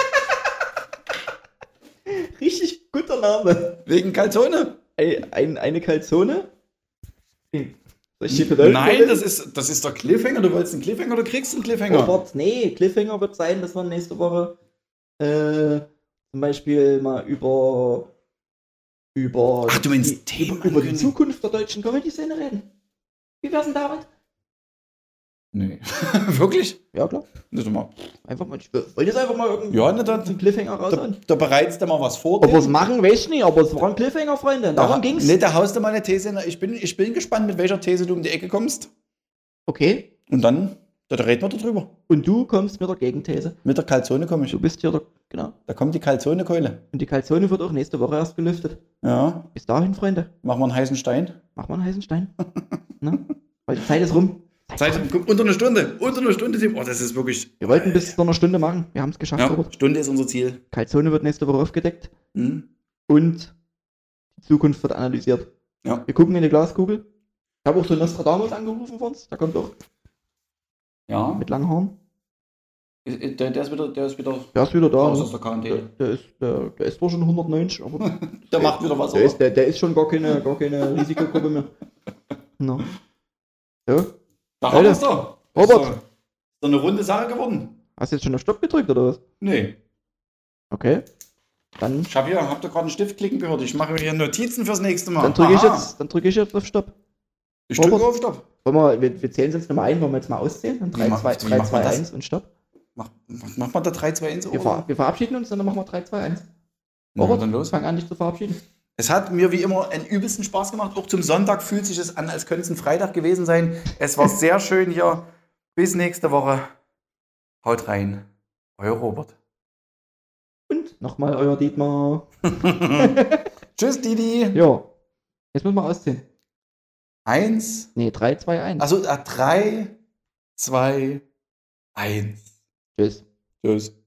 Richtig guter Name. Wegen Calzone? Ey, eine Calzone? Nein, das ist der Cliffhanger. Du wolltest einen Cliffhanger, du kriegst einen Cliffhanger. Oh, nee, Cliffhanger wird sein, dass wir nächste Woche zum Beispiel mal über Ach, du meinst über die Zukunft der deutschen Comedy-Szene reden. Wie wär's denn damit? Nee. Wirklich? Ja, klar. Nicht mal. Einfach mal, ich wollte jetzt einfach mal irgendwie einen Cliffhanger raushauen. Da bereitest du mal was vor. Ob wir es machen, weiß ich nicht, aber es war ein Cliffhanger, Freunde. Darum ging's. Nee, da haust du mal eine These hin. Ich bin gespannt, mit welcher These du um die Ecke kommst. Okay. Und dann, da reden wir darüber. Und du kommst mit der Gegenthese. Mit der Calzone komme ich. Du bist hier genau. Da kommt die Calzone-Keule. Und die Calzone wird auch nächste Woche erst gelüftet. Ja. Bis dahin, Freunde. Machen wir einen heißen Stein. Machen wir einen heißen Stein. Ne? Weil die Zeit ist rum. Unter eine Stunde. Oh, das ist wirklich. Wir wollten bis zu einer Stunde machen. Wir haben es geschafft. Ja, Stunde ist unser Ziel. Calzone wird nächste Woche aufgedeckt. Mhm. Und die Zukunft wird analysiert. Ja. Wir gucken in die Glaskugel. Ich habe auch so Nostradamus angerufen von uns. Da kommt doch. Ja. Mit langen Haaren. Der ist wieder da. Aus der Quarantäne. Der ist zwar schon 190, aber. Der macht wieder was. Der ist schon gar keine Risikogruppe mehr. No. So. Da haben wir es doch. Robert. Ist doch eine runde Sache geworden. Hast du jetzt schon auf Stopp gedrückt oder was? Nee. Okay. Dann. Habt ihr gerade einen Stift klicken gehört? Ich mache mir hier Notizen fürs nächste Mal. Dann drücke ich jetzt auf Stopp. Ich drücke auf Stopp. Wir zählen es jetzt nochmal ein, wollen wir jetzt mal auszählen? 3, 2, 1 und Stopp. Was macht man da 3, 2, 1? Wir verabschieden uns, dann machen wir 3, 2, 1. Robert, dann los. Fang an, dich zu verabschieden. Es hat mir wie immer einen übelsten Spaß gemacht. Auch zum Sonntag fühlt sich es an, als könnte es ein Freitag gewesen sein. Es war sehr schön hier. Bis nächste Woche. Haut rein. Euer Robert. Und nochmal euer Dietmar. Tschüss, Didi. Ja. Jetzt müssen wir auszählen. 1. Nee, 3, 2, 1. Also 3, 2, 1. Tschüss. Tschüss.